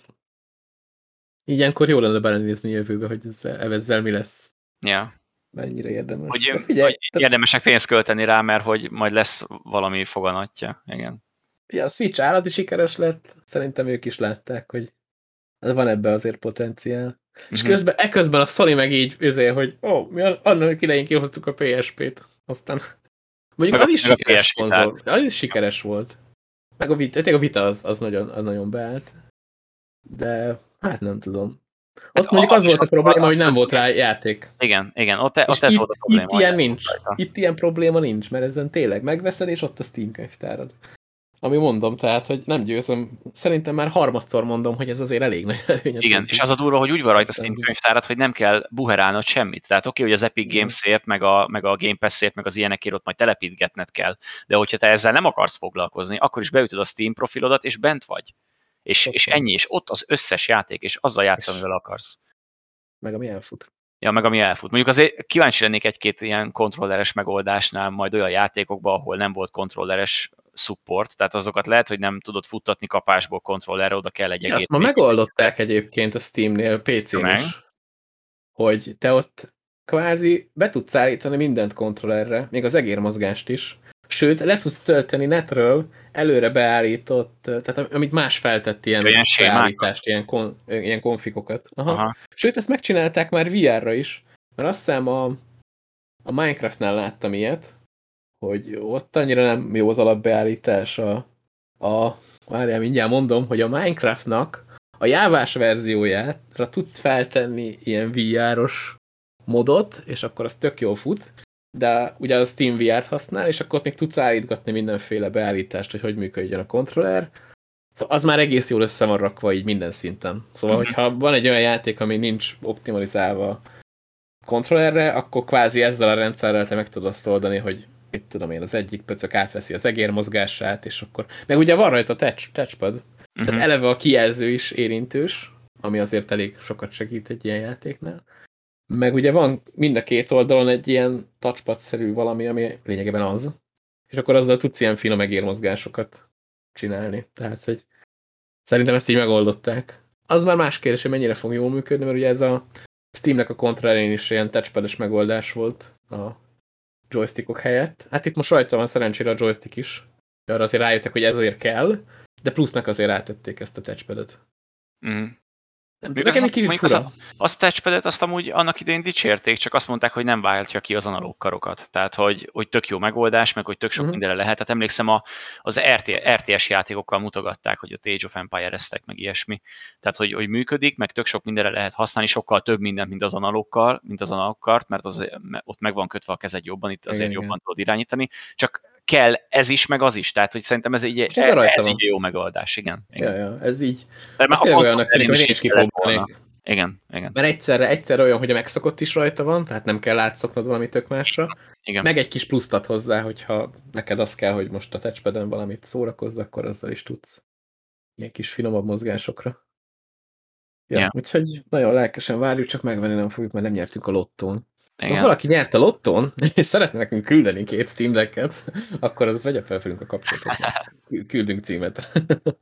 Speaker 1: Ilyenkor jó lenne belenézni jövőbe, hogy ezzel mi lesz.
Speaker 2: Ja.
Speaker 1: Mennyire érdemes.
Speaker 2: Hogy érdemesek pénzt költeni rá, mert hogy majd lesz valami foganatja. Igen.
Speaker 1: Ja, a Switch állati sikeres lett. Szerintem ők is látták, hogy van ebbe azért potenciál. És eközben a Sony meg így hogy mi annak idején kihoztuk a PSP-t. Aztán mondjuk az is sikeres konzol. Az is sikeres volt. Meg a Vita az nagyon beállt. De hát nem tudom. Ott mondjuk az volt a probléma, hogy nem volt rá játék.
Speaker 2: Igen, ott ez volt a probléma.
Speaker 1: Itt ilyen nincs. Itt ilyen probléma nincs, mert ezen tényleg megveszed, és ott a Steam könyvtárad. Ami mondom, tehát, hogy nem győzöm. Szerintem már harmadszor mondom, hogy ez azért elég nagy előny.
Speaker 2: Igen, és az a durva, hogy úgy van rajta a Steam könyvtárat, hogy nem kell buherálnod semmit. Tehát oké, hogy az Epic Games-ért, meg a Game Pass-ért, meg az ilyenekért ott majd telepítgetned kell. De hogyha te ezzel nem akarsz foglalkozni, akkor is beütöd a Steam profilodat, és bent vagy. És ennyi, és ott az összes játék, és azzal játszol, amivel akarsz.
Speaker 1: Meg ami elfut.
Speaker 2: Ja, meg ami elfut. Mondjuk azért kíváncsi lennék egy-két ilyen kontrolleres megoldásnál, majd olyan játékokban, ahol nem volt kontrolleres support, tehát azokat lehet, hogy nem tudod futtatni kapásból kontrollerre, oda kell egy egész.
Speaker 1: Azt ma megoldották egyébként a Steamnél, PC-n is, hogy te ott kvázi be tudsz állítani mindent kontrollerre, még az egérmozgást is. Sőt, le tudsz tölteni netről előre beállított, tehát amit más feltett ilyen beállítást, ilyen konfikokat. Aha. Sőt, ezt megcsinálták már VR-ra is, mert azt hiszem a Minecraftnál láttam ilyet, hogy ott annyira nem jó az alapbeállítás várjál, mindjárt mondom, hogy a Minecraftnak a jávás verziójára tudsz feltenni ilyen VR-os modot, és akkor az tök jól fut, de ugye a Steam VR-t használ, és akkor még tudsz állítgatni mindenféle beállítást, hogy működjön a kontroller. Szóval az már egész jól össze van rakva így minden szinten. Szóval, hogyha van egy olyan játék, ami nincs optimalizálva kontrollerre, akkor kvázi ezzel a rendszerrel te meg tudod azt oldani, hogy mit tudom én, az egyik pöcök átveszi az egér mozgását, és akkor... Meg ugye van rajta touchpad, tehát eleve a kijelző is érintős, ami azért elég sokat segít egy ilyen játéknál. Meg ugye van mind a két oldalon egy ilyen touchpad-szerű valami, ami lényegében az. És akkor azzal tudsz ilyen finom egérmozgásokat csinálni. Tehát, hogy szerintem ezt így megoldották. Az már más kérdés, hogy mennyire fog jól működni, mert ugye ez a Steamnek a kontrárén is ilyen touchpad-es megoldás volt a joystickok helyett. Hát itt most rajta van szerencsére a joystick is. De arra azért rájöttek, hogy ez azért kell, de plusznak azért rátették ezt a touchpadet. Nem tudom, nekem egy kicsit fura.
Speaker 2: Azt a touchpadet azt amúgy annak idején dicsérték, csak azt mondták, hogy nem váltja ki az analóg karokat. Tehát, hogy tök jó megoldás, meg hogy tök sok mindenre lehet. Tehát emlékszem, az RTS játékokkal mutogatták, hogy a Age of Empire-eztek, meg ilyesmi. Tehát, hogy működik, meg tök sok mindenre lehet használni, sokkal több mindent, mint az analógkart, mert ott meg van kötve a kezed jobban, itt azért jobban tudod irányítani. Csak kell ez is, meg az is. Tehát, hogy szerintem ez így jó megoldás. Igen.
Speaker 1: Ja, ez így.
Speaker 2: Ez
Speaker 1: tényleg olyannak tűnik, hogy én is kipróbálnék.
Speaker 2: Igen.
Speaker 1: Mert egyszer olyan, hogy a megszokott is rajta van, tehát nem kell átszoknod valami tök másra. Igen. Meg egy kis pluszt ad hozzá, hogyha neked az kell, hogy most a touchpaden valamit szórakozz, akkor azzal is tudsz ilyen kis finomabb mozgásokra. Ja, úgyhogy nagyon lelkesen várjuk, csak megvenni nem fogjuk, mert nem nyertünk a lottón. Szóval valaki nyert a lottón, és szeretne nekünk küldeni 2 Steam Decket, akkor az vegye fel velünk a kapcsolatot. Küldünk címet.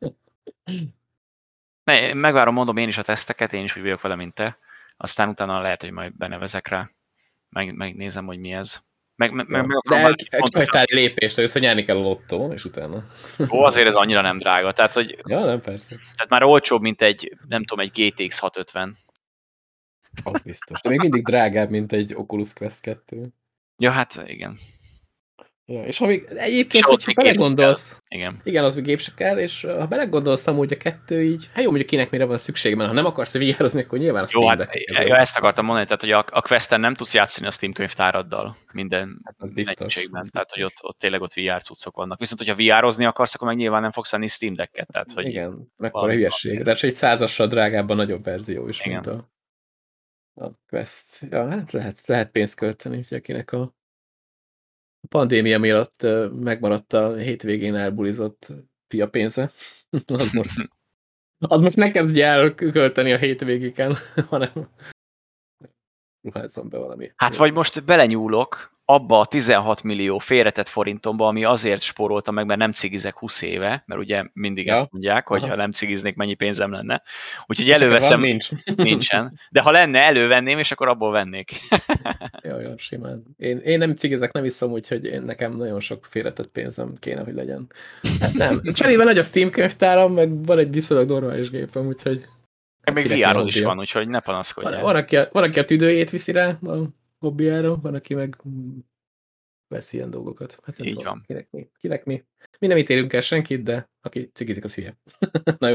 Speaker 2: Ne, megvárom, mondom én is a teszteket, én is úgy vagyok vele, mint te. Aztán utána lehet, hogy majd benevezek rá. Megnézem, hogy mi ez.
Speaker 1: De kihagytál egy lépést, hogy nyerni kell a lottó, és utána.
Speaker 2: Ó, azért ez annyira nem drága. Tehát, hogy,
Speaker 1: ja, nem, persze.
Speaker 2: Tehát már olcsóbb, mint egy, nem tudom, egy GTX 650.
Speaker 1: Az biztos. De még mindig drágább, mint egy Oculus Quest 2.
Speaker 2: Ja, hát igen.
Speaker 1: Ja, és ha még egyébként, hogyha belegondolsz,
Speaker 2: igen,
Speaker 1: az még gép se kell, és ha belegondolsz amúgy a 2 így, hát jó, mondjuk kinek mire van szükség, mert ha nem akarsz VR-ozni, akkor nyilván a Steam Deck.
Speaker 2: Jó, ezt akartam mondani, tehát hogy a Questen nem tudsz játszani a Steam könyvtáraddal minden
Speaker 1: mennyiségben,
Speaker 2: tehát hogy ott tényleg ott VR cuccok vannak. Viszont, hogyha VR-ozni akarsz, akkor meg nyilván nem fogsz venni Steam Decket. Tehát, hogy
Speaker 1: igen, mekkora hülyeség. De egy 100-assal drágább a nagyobb verzió is, mint a Quest. Ja, hát lehet pénzt költeni, hogy akinek a pandémia miatt megmaradt a hétvégén elbulizott fia pénze. Az most ne kezdj el költeni a hétvégéken, hanem ruházzon be valami.
Speaker 2: Hát vagy most belenyúlok abba a 16 millió félretett forintomba, ami azért spóroltam meg, mert nem cigizek 20 éve, mert ugye mindig ezt mondják, hogy ha nem cigiznék, mennyi pénzem lenne. Úgyhogy előveszem, nincsen. De ha lenne, elővenném, és akkor abból vennék.
Speaker 1: Jaj, simán. Én nem cigizek, nem iszom, úgyhogy nekem nagyon sok félretett pénzem kéne, hogy legyen. Hát nem. Cserébe nagy a Steam könyvtáram, meg van egy viszonylag normális gépem, úgyhogy...
Speaker 2: Még VR-od is van, úgyhogy ne panaszkodjál.
Speaker 1: Van, aki a tüdőjét viszi rá a hobbiára, van, aki meg vesz ilyen dolgokat. Hát
Speaker 2: így van.
Speaker 1: Kinek mi? Mi nem ítélünk el senkit, de aki cigizik, az hülye. Na jó,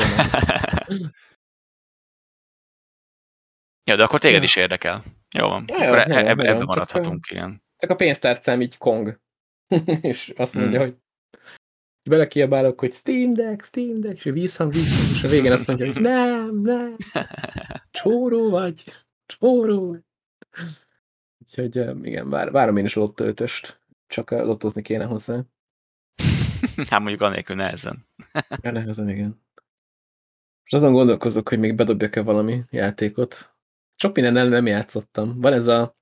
Speaker 2: ja, de akkor téged is érdekel. Jó van. Ebben maradhatunk, igen.
Speaker 1: Csak a pénztárcám így kong. És azt mondja, hogy belekiabálok, hogy Steam Deck, és vízhang, és a végén azt mondja, hogy nem, csóró vagy. Úgyhogy igen, várom én is a Lotto 5-öst, csak lottozni kéne hozzá.
Speaker 2: Hát mondjuk anélkül nehezen.
Speaker 1: Nehezen, igen. És azon gondolkozok, hogy még bedobjak-e valami játékot. Sok minden nem játszottam. Van ez a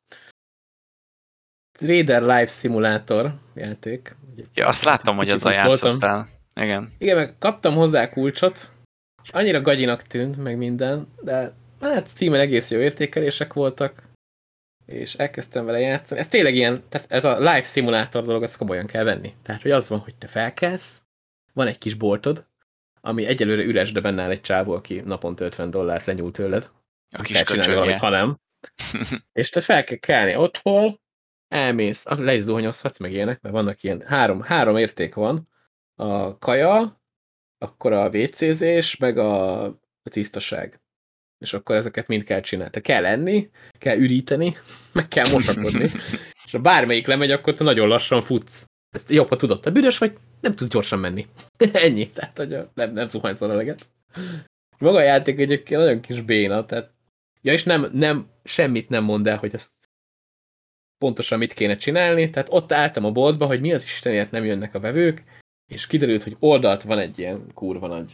Speaker 1: Raider Life Simulator játék.
Speaker 2: Ja, azt láttam, hogy azzal játszottál. Igen.
Speaker 1: Igen, meg kaptam hozzá kulcsot, és annyira gagyinak tűnt, meg minden, de hát Steam-en egész jó értékelések voltak, és elkezdtem vele játszani. Ez tényleg ilyen, tehát ez a live szimulátor dolog, azt komolyan kell venni. Tehát, hogy az van, hogy te felkelsz, van egy kis boltod, ami egyelőre üres, de benne áll egy csávó, aki naponta $50 lenyúl tőled.
Speaker 2: A kis
Speaker 1: valamit, ha nem. És te fel kell kelni otthon, elmész, le is zuhanyozhatsz, meg ilyenek, mert vannak ilyen, három érték van. A kaja, akkor a WC-zés, meg a tisztaság. És akkor ezeket mind kell csinálni. Te kell enni, kell üríteni, meg kell mosakodni. És ha bármelyik lemegy, akkor te nagyon lassan futsz. Ezt jobb, ha tudod. Te büdös vagy, nem tudsz gyorsan menni. Ennyi. Tehát, hogy nem zuhanyszol eleget. Maga a játék egyébként nagyon kis béna, tehát... Ja, és nem, semmit nem mond el, hogy ezt pontosan mit kéne csinálni, tehát ott álltam a boltba, hogy mi az Istenért nem jönnek a vevők, és kiderült, hogy oldalt van egy ilyen kurva nagy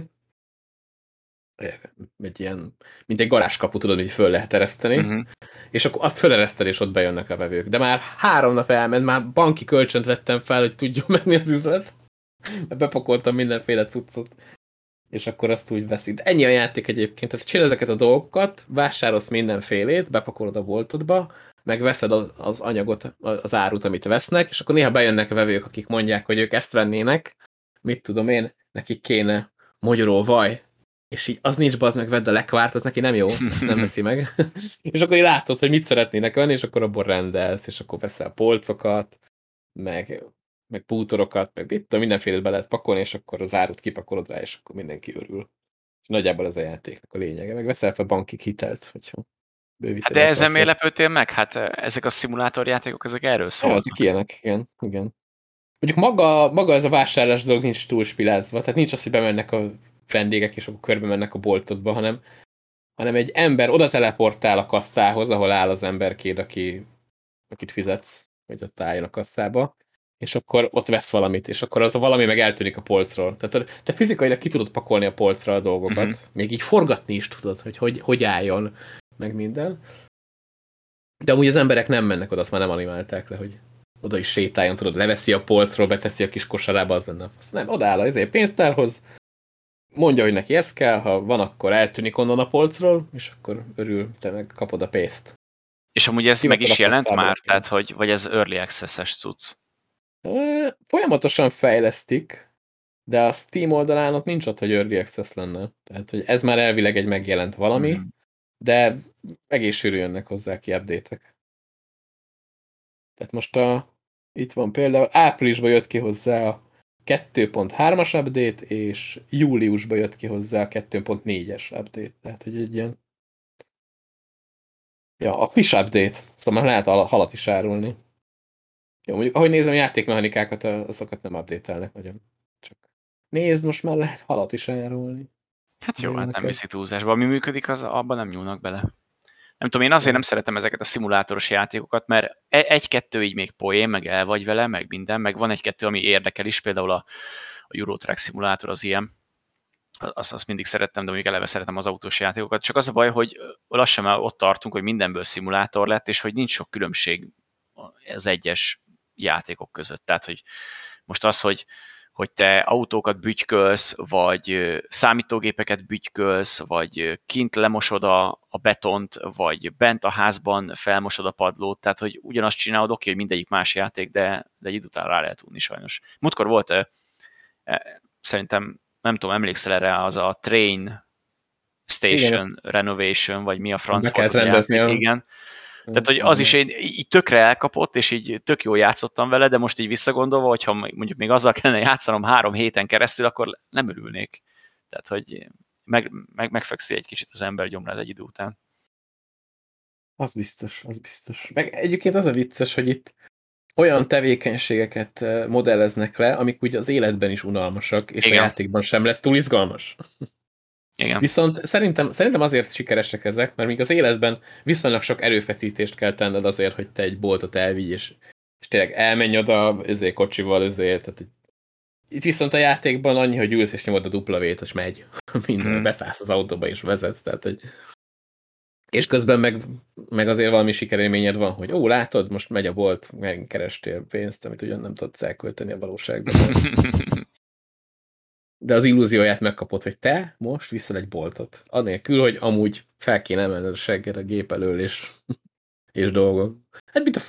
Speaker 1: egy ilyen, mint egy garázskapu, tudod, hogy föl lehet ereszteni, és akkor azt fölereszted, és ott bejönnek a vevők. De már 3 nap elment, már banki kölcsönt vettem fel, hogy tudjon menni az üzlet. Bepakoltam mindenféle cuccot, és akkor azt úgy veszik. De ennyi a játék egyébként, tehát csinál ezeket a dolgokat, vásárolsz mindenfélét, bepakolod a boltodba, meg veszed az anyagot, az árut, amit vesznek, és akkor néha bejönnek a vevők, akik mondják, hogy ők ezt vennének, mit tudom én, nekik kéne mogyoró vaj, és így az nincs, bazd meg, vedd a lekvárt, az neki nem jó, azt nem veszi meg. És akkor így látod, hogy mit szeretnének venni, és akkor abból rendelsz, és akkor veszel polcokat, meg bútorokat, meg mit tudom, mindenfélét be lehet pakolni, és akkor az árut kipakolod rá, és akkor mindenki örül. És nagyjából ez a játéknak a lényege. Meg veszel fel bankig hitelt, hogyha
Speaker 2: Hát
Speaker 1: bővíteni
Speaker 2: de ezen
Speaker 1: akarsz.
Speaker 2: miért lepődtél meg? Hát ezek a szimulátorjátékok, ezek erről szólnak.
Speaker 1: Ezek ilyenek, igen, igen. Mondjuk maga ez a vásárlás dolog nincs túl spilázva, tehát nincs az, hogy bemennek a vendégek, és akkor körbe mennek a boltodba, hanem egy ember oda teleportál a kasszához, ahol áll az emberkéd, akit fizetsz, hogy ott álljon a kasszába, és akkor ott vesz valamit, és akkor az a valami meg eltűnik a polcról. Tehát te fizikailag ki tudod pakolni a polcra a dolgokat, még így forgatni is tudod, hogy álljon, meg minden. De amúgy az emberek nem mennek oda, azt már nem animálták le, hogy oda is sétáljon, tudod, leveszi a polcról, beteszi a kis kosarába, az lenne. Azt nem, odaáll a pénztárhoz, mondja, hogy neki ez kell, ha van, akkor eltűnik onnan a polcról, és akkor örül, te meg kapod a pénzt.
Speaker 2: És amúgy ez meg is jelent már? Tehát,
Speaker 1: hogy
Speaker 2: vagy ez early access-es cucc?
Speaker 1: Folyamatosan fejlesztik, de a Steam oldalán ott nincs ott, hogy early access lenne. Tehát, hogy ez már elvileg egy megjelent valami, de egész sűrű jönnek hozzá ki update-ek. Tehát most itt van például, áprilisban jött ki hozzá a 2.3-as update, és júliusban jött ki hozzá a 2.4-es update. Tehát, hogy egy ilyen a friss update, szóval már lehet halat is árulni. Jó, mondjuk, ahogy nézem, játékmechanikákat, azokat nem update-elnek nagyon. Csak nézd, most már lehet halat is árulni.
Speaker 2: Hát jó, hát nem viszi túlzásba. Ami működik, az abban nem nyúlnak bele. Nem tudom, én azért nem szeretem ezeket a szimulátoros játékokat, mert egy-kettő így még poén, meg el vagy vele, meg minden, meg van egy-kettő, ami érdekel is, például a Euro Truck szimulátor az ilyen. Azt mindig szerettem, de mondjuk eleve szeretem az autós játékokat. Csak az a baj, hogy lassan már ott tartunk, hogy mindenből szimulátor lett, és hogy nincs sok különbség az egyes játékok között. Tehát, hogy most az, hogy te autókat bütykölsz, vagy számítógépeket bütykölsz, vagy kint lemosod a betont, vagy bent a házban felmosod a padlót, tehát hogy ugyanazt csinálod, oké, hogy mindegyik más játék, de egy idő után rá lehet unni sajnos. Múltkor volt szerintem, nem tudom, emlékszel erre, az a Train Station igen, Renovation, vagy mi a franc volt az a játék, igen. Tehát, hogy az is így tökre elkapott, és így tök jól játszottam vele, de most így visszagondolva, hogyha mondjuk még azzal kellene játszanom 3 héten keresztül, akkor nem örülnék. Tehát, hogy megfekszi egy kicsit az ember gyomrád egy idő után.
Speaker 1: Az biztos, az biztos. Meg egyébként az a vicces, hogy itt olyan tevékenységeket modelleznek le, amik ugye az életben is unalmasak, és igen, a játékban sem lesz túl izgalmas.
Speaker 2: Igen.
Speaker 1: Viszont szerintem azért sikeresek ezek, mert még az életben viszonylag sok erőfeszítést kell tenned azért, hogy te egy boltot elvigy, és tényleg elmenj oda kocsival, tehát itt viszont a játékban annyi, hogy ülsz és nyomod a W-t, és megy. Minden, beszállsz az autóba és vezetsz, tehát hogy... És közben meg azért valami sikerélményed van, hogy látod, most megy a bolt, megkerestél pénzt, amit ugyan nem tudsz elkölteni a valóságban. De az illúzióját megkapod, hogy te most viszel egy boltot. Anélkül, hogy amúgy fel kéne emelned a segged a gép elől, és dolgok. Hát mint a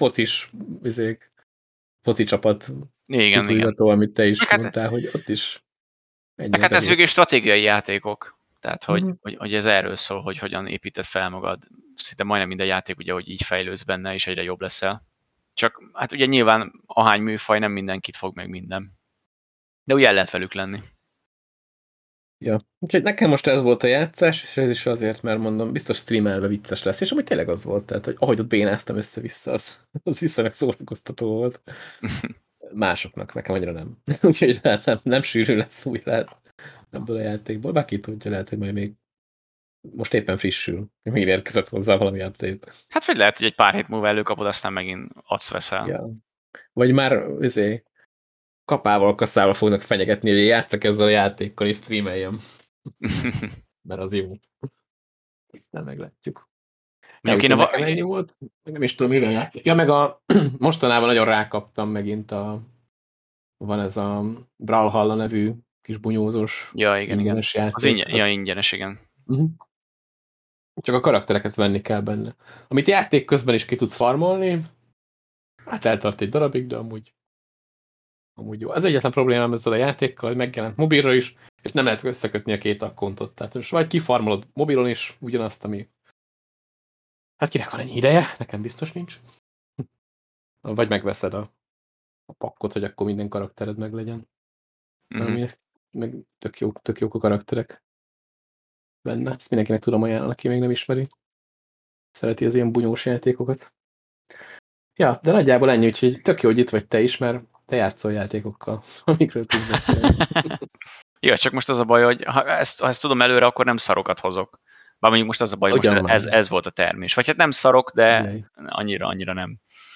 Speaker 1: foci csapat
Speaker 2: igen.
Speaker 1: Amit te is mondtál, hogy ott is
Speaker 2: hát ez végül stratégiai játékok. Tehát, hogy ez erről szól, hogy hogyan építed fel magad. Szinte majdnem minden játék, ugye, hogy így fejlődsz benne, és egyre jobb leszel. Csak hát ugye nyilván ahány műfaj, nem mindenkit fog meg minden. De úgy el lehet velük lenni.
Speaker 1: Ja, úgyhogy nekem most ez volt a játszás, és ez is azért, mert mondom, biztos streamelve vicces lesz, és amúgy tényleg az volt, tehát, hogy ahogy ott bénáztam össze-vissza, az viszonylag szórakoztató volt. Másoknak, nekem annyira nem. Úgyhogy nem sűrű lesz új lehet ebből a játékból, bár ki tudja, lehet, hogy majd még most éppen frissül. Még érkezett hozzá valami update.
Speaker 2: Hát vagy lehet, hogy egy pár hét múlva előkapod, aztán megint adsz-veszel.
Speaker 1: Ja. Vagy már kapával, kasszával fognak fenyegetni, hogy játszak ezzel a játékkal, és streameljem. Mert az jó. Aztán meglátjuk. Ja,
Speaker 2: Mondjuk
Speaker 1: úgyhogy nekem ennyi volt. Nem is tudom, mivel játék. Ja, meg mostanában nagyon rákaptam megint van ez a Brawlhalla nevű kis bunyózós
Speaker 2: ja, igen.
Speaker 1: ingyenes
Speaker 2: Az
Speaker 1: játék.
Speaker 2: ingyenes, igen.
Speaker 1: Csak a karaktereket venni kell benne. Amit játék közben is ki tudsz farmolni, hát eltart egy darabig, de amúgy jó. Az egyetlen problémám ezzel a játékkal, hogy megjelent mobilra is, és nem lehet összekötni a két akkontot. Tehát most vagy kifarmolod mobilon is ugyanazt, ami... Hát kinek van ennyi ideje? Nekem biztos nincs. Vagy megveszed a pakkot, hogy akkor minden karaktered meglegyen. Ami meg tök jók a karakterek benne. Ezt mindenkinek tudom ajánlani, aki még nem ismeri. Szereti az ilyen bunyós játékokat. Ja, de nagyjából ennyi, úgyhogy tök jó, hogy itt vagy te is, mert te játszol játékokkal, amikről tudsz beszélni.
Speaker 2: Ja, csak most az a baj, hogy ha ezt tudom előre, akkor nem szarokat hozok. Bár mondjuk most az a baj, hogy most ez volt a termés. Vagy hát nem szarok, de annyira nem.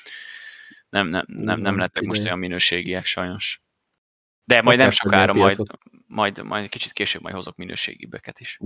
Speaker 2: Nem lettek most olyan minőségiek sajnos. De majd nem sokára, majd kicsit később majd hozok minőségibbeket is.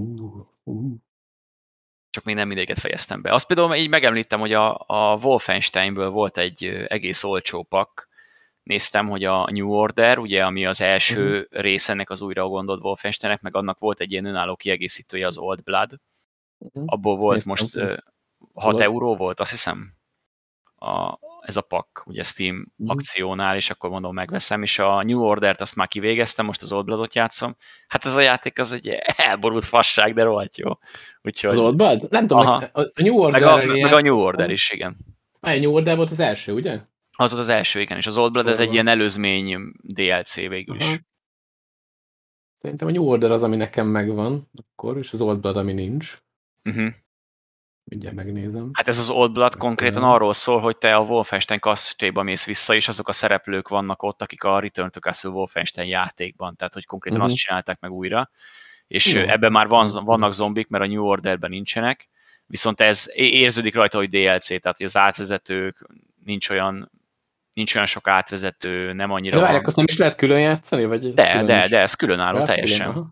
Speaker 2: Csak még nem mindegyiket fejeztem be. Azt például így megemlítem, hogy a Wolfensteinből volt egy egész olcsó pakk. Néztem, hogy a New Order, ugye, ami az első rész ennek az újra gondolt Wolfensteinnek, meg annak volt egy ilyen önálló kiegészítője, az Old Blood. Abból volt most 6 euró volt, azt hiszem, ez a pakk, ugye Steam akciónál, és akkor mondom, megveszem, és a New Order-t azt már kivégeztem, most az Old Blood-ot játszom. Hát ez a játék az egy elborult fasság, de rohadt jó. Úgyhogy...
Speaker 1: Az Old Blood? Nem tudom, a New Order
Speaker 2: meg a New Order is, igen.
Speaker 1: A New Order volt az első, ugye?
Speaker 2: Az volt az első, igen, és az Old Blood ez egy ilyen előzmény DLC végül is.
Speaker 1: Szerintem a New Order az, ami nekem megvan, akkor, és az Old Blood, ami nincs. Mindjárt megnézem.
Speaker 2: Hát ez az Old Blood konkrétan arról szól, hogy te a Wolfenstein kastélyba mész vissza, és azok a szereplők vannak ott, akik a Return to Castle Wolfenstein játékban, tehát hogy konkrétan azt csinálták meg újra. És ebben már vannak zombik, mert a New Orderben nincsenek, viszont ez érződik rajta, hogy DLC, tehát hogy az átvezetők nincs olyan sok átvezető, nem annyira...
Speaker 1: De várják, azt nem is lehet külön játszani? Vagy
Speaker 2: de ez különálló teljesen.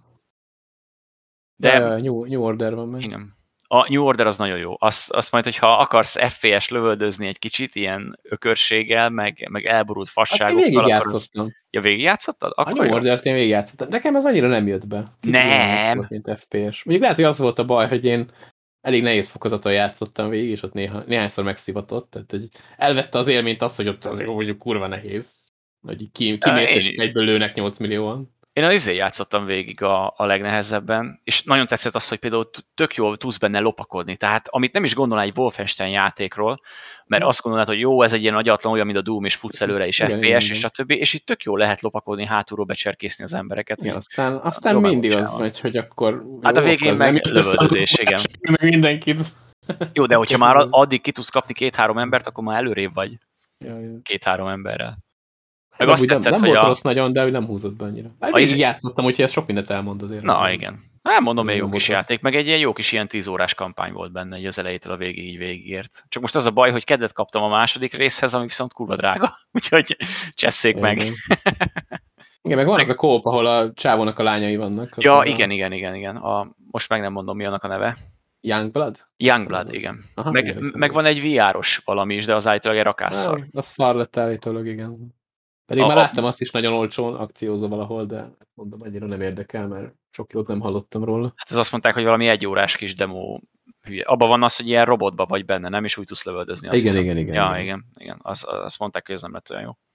Speaker 1: De New Order van meg.
Speaker 2: Igen. A New Order az nagyon jó. Azt majd, hogyha akarsz FPS lövöldözni egy kicsit, ilyen ökörséggel, meg elborult fasságokkal.
Speaker 1: Hát én végigjátszottam.
Speaker 2: Ja, végigjátszottad?
Speaker 1: A New Order-t én végigjátszottam. Nekem ez annyira nem jött be.
Speaker 2: Nem!
Speaker 1: Volt, mint FPS. Mondjuk lehet, hogy az volt a baj, hogy én elég nehéz fokozaton játszottam végig, és ott néhányszor megszivatott. Tehát, hogy elvette az élményt azt, hogy ott azért mondjuk kurva nehéz. Hogy kimész, és egyből lőnek 8 millióan.
Speaker 2: Én játszottam végig a legnehezebben, és nagyon tetszett az, hogy például tök jól tudsz benne lopakodni. Tehát amit nem is gondolnál egy Wolfenstein játékról, mert azt gondolnád, hogy jó, ez egy ilyen agyatlan, olyan, mint a Doom, és futsz előre, és FPS, és stb. És itt tök jól lehet lopakodni, hátulról becserkészni az embereket.
Speaker 1: Igen, aztán mindig az megy, hogy akkor...
Speaker 2: Hát a végén meg lövöldözés, igen.
Speaker 1: Meg mindenkit.
Speaker 2: Jó, de hogyha már addig ki tudsz kapni 2-3 embert, akkor már előrébb vagy 2-3 emberrel.
Speaker 1: Meg azt tetszett, nem volt rossz nagyon, de nem húzott be annyira. Végig játszottam, úgyhogy ez sok mindent elmond azért.
Speaker 2: Na igen. Hát mondom, egy jó kis játék, meg egy ilyen jó kis ilyen 10 órás kampány volt benne, így az elejétől a végig így végigért. Csak most az a baj, hogy kedvet kaptam a második részhez, ami viszont kurva drága. Úgyhogy csesszék meg.
Speaker 1: Igen, meg van az a kóp, ahol a csávónak a lányai vannak.
Speaker 2: Ja, igen. Most meg nem mondom, mi annak a neve.
Speaker 1: Youngblood?
Speaker 2: Youngblood, igen. Meg van egy VR-os valami is, de az állítólag egy rakásszar.
Speaker 1: A szar lett állítólag, igen. Pedig már láttam azt is nagyon olcsón akciózó valahol, de mondom, annyira nem érdekel, mert sok jót nem hallottam róla.
Speaker 2: Hát ez azt mondták, hogy valami 1 órás kis demo hülye. Abban van az, hogy ilyen robotba vagy benne, nem? És úgy tudsz lövöldözni. Igen. Azt mondták, hogy ez nem lett olyan jó.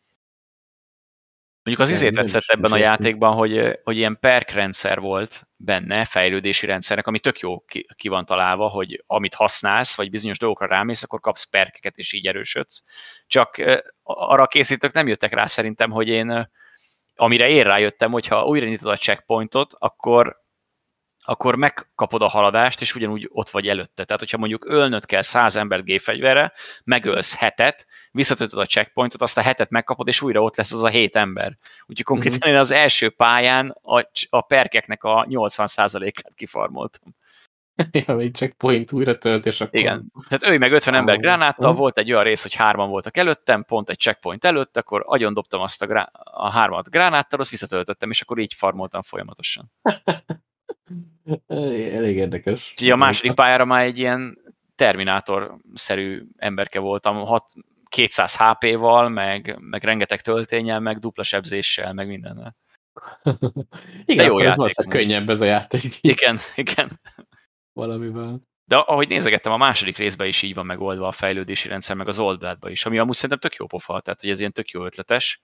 Speaker 2: Mondjuk az tetszett ebben a játékban, hogy ilyen perk rendszer volt benne, fejlődési rendszernek, ami tök jó ki van találva, hogy amit használsz, vagy bizonyos dolgokra rámész, akkor kapsz perkeket, és így erősödsz. Csak arra a készítők nem jöttek rá szerintem, hogy amire én rájöttem, hogyha újra nyitod a checkpointot, akkor megkapod a haladást, és ugyanúgy ott vagy előtte. Tehát, hogyha mondjuk ölnöd kell 100 embert gépfegyverre, megölsz 7-et, visszatöltöd a checkpointot, azt a 7-et megkapod, és újra ott lesz az a 7 ember. Úgyhogy konkrétan én az első pályán a perkeknek a 80%-át kifarmoltam.
Speaker 1: Ja, még checkpoint újra tölt, és akkor...
Speaker 2: Igen. Tehát ölj meg 50 ember gránáttal, volt egy olyan rész, hogy 3-an voltak előttem, pont egy checkpoint előtt, akkor agyon dobtam azt a 3-at gránáttal, azt visszatöltöttem, és akkor így farmoltam folyamatosan.
Speaker 1: Elég érdekes.
Speaker 2: Úgyhogy a második pályára már egy ilyen Terminátor-szerű emberke voltam, 200 HP-val, meg rengeteg tölténnyel, meg dupla sebzéssel, meg mindennel. De
Speaker 1: Igen,
Speaker 2: jó
Speaker 1: akkor ez
Speaker 2: játék.
Speaker 1: valószínűleg könnyebb ez a játék.
Speaker 2: Igen, igen.
Speaker 1: Valamivel.
Speaker 2: De ahogy nézegettem, a második részben is így van megoldva a fejlődési rendszer, meg az Old Bloodban is, ami amúgy szerintem tök jó pofa, tehát hogy ez ilyen tök jó ötletes.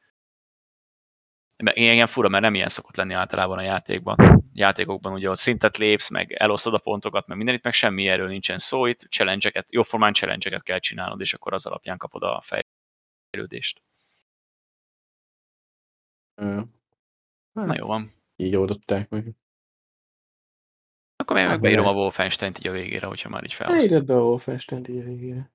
Speaker 2: Igen fura, mert nem ilyen szokott lenni általában a játékokban, ugye ott szintet lépsz, meg elosztod a pontokat, meg mindenit, meg semmi erről nincsen szó, itt challenge-eket, jóformán challenge-eket kell csinálnod, és akkor az alapján kapod a fejlődést.
Speaker 1: Hát,
Speaker 2: Na jó van.
Speaker 1: így oldották meg.
Speaker 2: Akkor még meg beírom a Wolfenstein-t így a végére, hogyha már így felhoztam.
Speaker 1: Írjad be a Wolfenstein-t így a végére.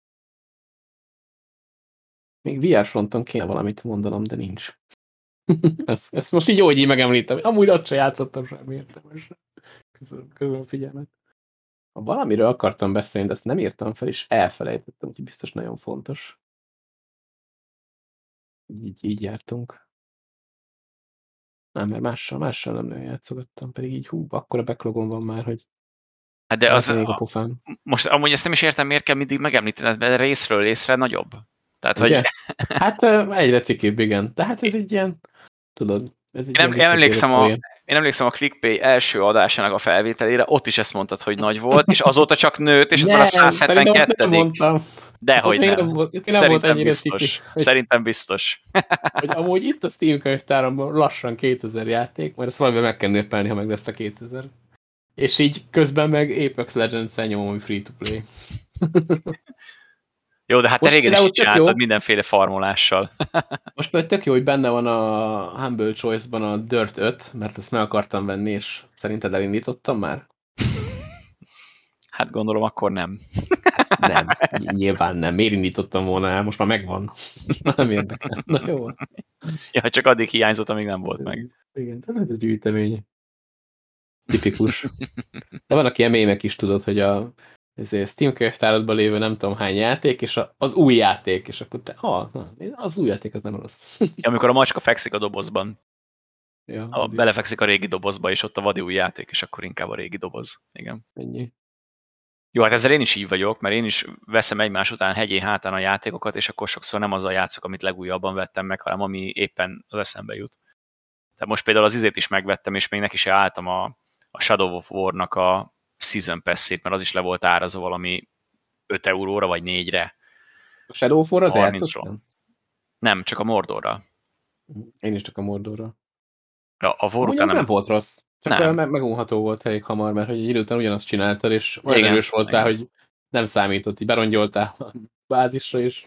Speaker 1: Még VR fronton kéne valamit mondanom, de nincs. ezt most így jó, hogy így megemlítem. Amúgy ott se játszottam semmi értelmesre. Köszönöm a figyelmet. Ha valamiről akartam beszélni, de ezt nem írtam fel, és elfelejtettem, úgyhogy biztos nagyon fontos. Így jártunk. Nem, mert mással nem nagyon játszogattam, pedig így akkora backlogom van már, hogy
Speaker 2: Hát de az,
Speaker 1: még a pofám.
Speaker 2: most amúgy ezt nem is értem, miért kell mindig megemlítened, mert részről részre nagyobb. Tehát,
Speaker 1: Ugye?
Speaker 2: hogy...
Speaker 1: Hát egyre cikibb, igen. De hát ez egy ilyen, tudod, ez egy ilyen
Speaker 2: Én emlékszem a ClickPay első adásának a felvételére, ott is ezt mondtad, hogy nagy volt, és azóta csak nőtt, és ez már a 172.
Speaker 1: Nem mondtam.
Speaker 2: Dehogy nem.
Speaker 1: Nem volt ennyire ciki.
Speaker 2: Szerintem biztos.
Speaker 1: Hogy amúgy itt a Steam könyvtáramban lassan 2000 játék, majd ezt valamivel meg kell népelni, ha meg lesz a 2000. És így közben meg Apex Legends-el nyomom, hogy free-to-play.
Speaker 2: Jó, de hát te régen is csináltad mindenféle farmolással.
Speaker 1: Most pedig tök jó, hogy benne van a Humble Choice-ban a Dirt 5, mert ezt meg akartam venni, és szerinted elindítottam már?
Speaker 2: Hát gondolom, akkor nem.
Speaker 1: Nem, nyilván nem. Miért indítottam volna el? Most már megvan. Nem érdekel. Na jó.
Speaker 2: Ja, csak addig hiányzott, amíg nem volt meg.
Speaker 1: Igen, ez gyűjtemény. Tipikus. De vannak ilyen mémek is, tudod, hogy a Steam könyvtáradban lévő nem tudom hány játék, és az új játék, és akkor te, az új játék, az nem rossz.
Speaker 2: Ja, amikor a macska fekszik a dobozban.
Speaker 1: Ja,
Speaker 2: belefekszik a régi dobozba, és ott a vadi új játék, és akkor inkább a régi doboz. Igen.
Speaker 1: Ennyi.
Speaker 2: Jó, hát ezzel én is így vagyok, mert én is veszem egymás után hegyé hátán a játékokat, és akkor sokszor nem azzal játszok, amit legújabban vettem meg, hanem ami éppen az eszembe jut. Tehát most például az izét is megvettem, és még neki se álltam a Shadow of War-nak a Season Pass-ét, mert az is le volt árazva valami 5 euróra, vagy 4-re.
Speaker 1: A Shadow of War-ra játszottam?
Speaker 2: Nem, csak a Mordorra.
Speaker 1: Én is csak a Mordorra.
Speaker 2: A War után
Speaker 1: nem volt rossz. Csak
Speaker 2: nem.
Speaker 1: megunható volt elég hamar, mert hogy egy idő után ugyanazt csináltad, és olyan erős voltál, hogy nem számított, így berongyoltál a bázisra is.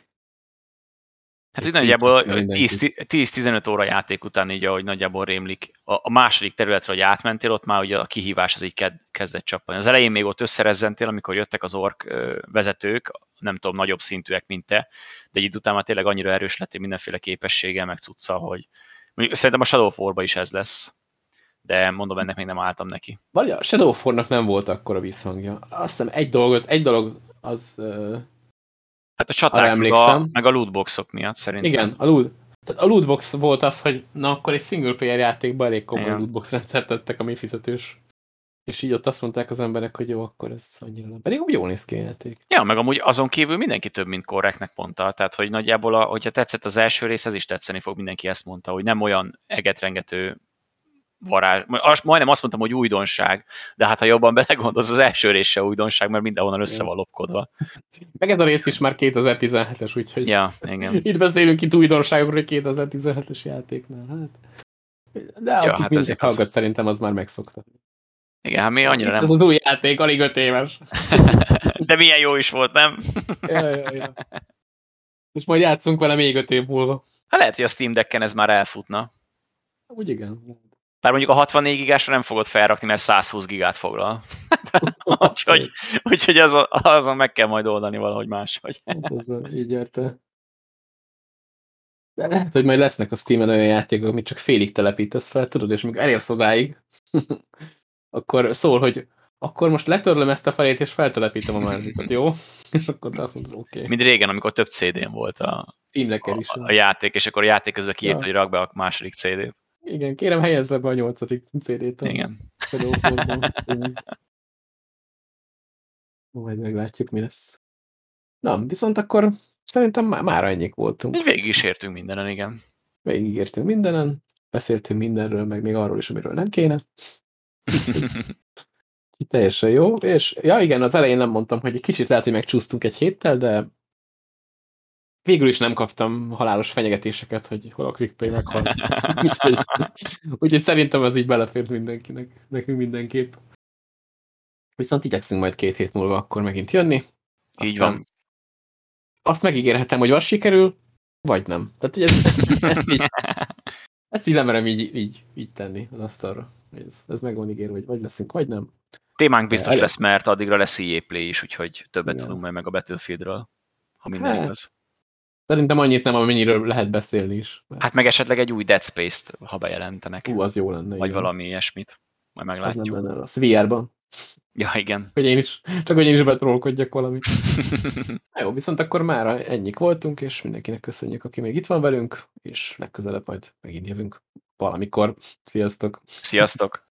Speaker 2: Hát úgy nagyjából 10-15 óra játék után így, ahogy nagyjából rémlik, a második területre, hogy átmentél, ott már ugye a kihívás az így kezdett csapani. Az elején még ott összerezzentél, amikor jöttek az ork vezetők, nem tudom, nagyobb szintűek, mint te, de egy idő után már tényleg annyira erős lettél mindenféle képességgel, meg cucca, hogy szerintem a Shadow of War-ba is ez lesz. De mondom, ennek még nem álltam neki.
Speaker 1: Vagy a Shadow of War-nak nem volt akkora visszhangja. Azt hiszem egy dolog az...
Speaker 2: Hát a csaták meg a lootboxok miatt szerintem.
Speaker 1: Igen, a lootbox volt az, hogy na akkor egy single player játékban elég komoly lootbox rendszert tettek, ami fizetős. És így ott azt mondták az emberek, hogy jó, akkor ez annyira nem. Pedig úgy jól néz ki a játék.
Speaker 2: Ja, meg amúgy azon kívül mindenki több, mint korrektnek mondta. Tehát, hogy nagyjából, hogyha tetszett az első rész, ez is tetszeni fog, mindenki ezt mondta, hogy nem olyan egetrengető varázs. Majdnem azt mondtam, hogy újdonság, de hát ha jobban belegondolsz, az első rész se újdonság, mert mindenhonnan össze van lopkodva.
Speaker 1: Meg ez a rész is már 2017-es, úgyhogy
Speaker 2: ja, igen.
Speaker 1: Itt beszélünk itt újdonságokról 2017-es játéknál. Hát. De ja, akik mindig hallgat, szerintem az már megszokta.
Speaker 2: Igen, hát mi annyira nem...
Speaker 1: Ez az új játék, alig 5 éves.
Speaker 2: De milyen jó is volt, nem?
Speaker 1: Ja. És majd játszunk vele még 5 év múlva.
Speaker 2: Hát lehet, hogy a Steam Decken ez már elfutna.
Speaker 1: Úgy igen.
Speaker 2: Bár mondjuk a 64 gigásra nem fogod felrakni, mert 120 gigát foglal. úgyhogy azon meg kell majd oldani valahogy máshogy.
Speaker 1: Így érte. De lehet, hogy majd lesznek a Steam-en olyan játékok, amit csak félig telepítesz fel, tudod, és még elérsz odáig, akkor szól, hogy akkor most letörlöm ezt a felét, és feltelepítem a másikat, jó? És akkor te azt mondod, oké.
Speaker 2: Mint régen, amikor több CD-n volt
Speaker 1: Steam-nek is.
Speaker 2: a játék, és akkor a játék közben kiírt,
Speaker 1: Ja.
Speaker 2: hogy rak be a második CD-t.
Speaker 1: Igen, kérem helyezze be a 8. CD-t a
Speaker 2: Igen.
Speaker 1: Shadowfall-ban. Majd meglátjuk, mi lesz. Na, viszont akkor szerintem mára ennyik voltunk.
Speaker 2: Így végig is értünk mindenen, igen.
Speaker 1: Végigértünk mindenen, beszéltünk mindenről, meg még arról is, amiről nem kéne. Úgyhogy teljesen jó. És ja igen, az elején nem mondtam, hogy egy kicsit lehet, hogy megcsúsztunk egy héttel, de végül is nem kaptam halálos fenyegetéseket, hogy hol a clickplay meghalsz. úgyhogy szerintem ez így belefért mindenkinek, nekünk mindenképp. Viszont igyekszünk majd 2 hét múlva akkor megint jönni. Aztán
Speaker 2: így van.
Speaker 1: Azt megígérhetem, hogy az sikerül, vagy nem. Tehát, hogy ezt így lemerem így tenni az asztalra. Ez meg van ígérve, hogy vagy leszünk, vagy nem.
Speaker 2: Témánk biztos lesz, mert addigra lesz EA Play is, úgyhogy többet tudunk majd meg a Battlefieldről, ha minden igaz.
Speaker 1: Szerintem annyit nem, amennyiről lehet beszélni is.
Speaker 2: Hát meg esetleg egy új Dead Space-t, ha bejelentenek.
Speaker 1: Az jó lenne.
Speaker 2: Vagy igen. Valami ilyesmit. Majd meglátjuk.
Speaker 1: Az nem lenne rossz. VR-ban.
Speaker 2: Ja, igen.
Speaker 1: Hogy én is betrólkodjak valamit. Jó, viszont akkor mára ennyik voltunk, és mindenkinek köszönjük, aki még itt van velünk, és legközelebb majd megint jövünk valamikor. Sziasztok!
Speaker 2: Sziasztok!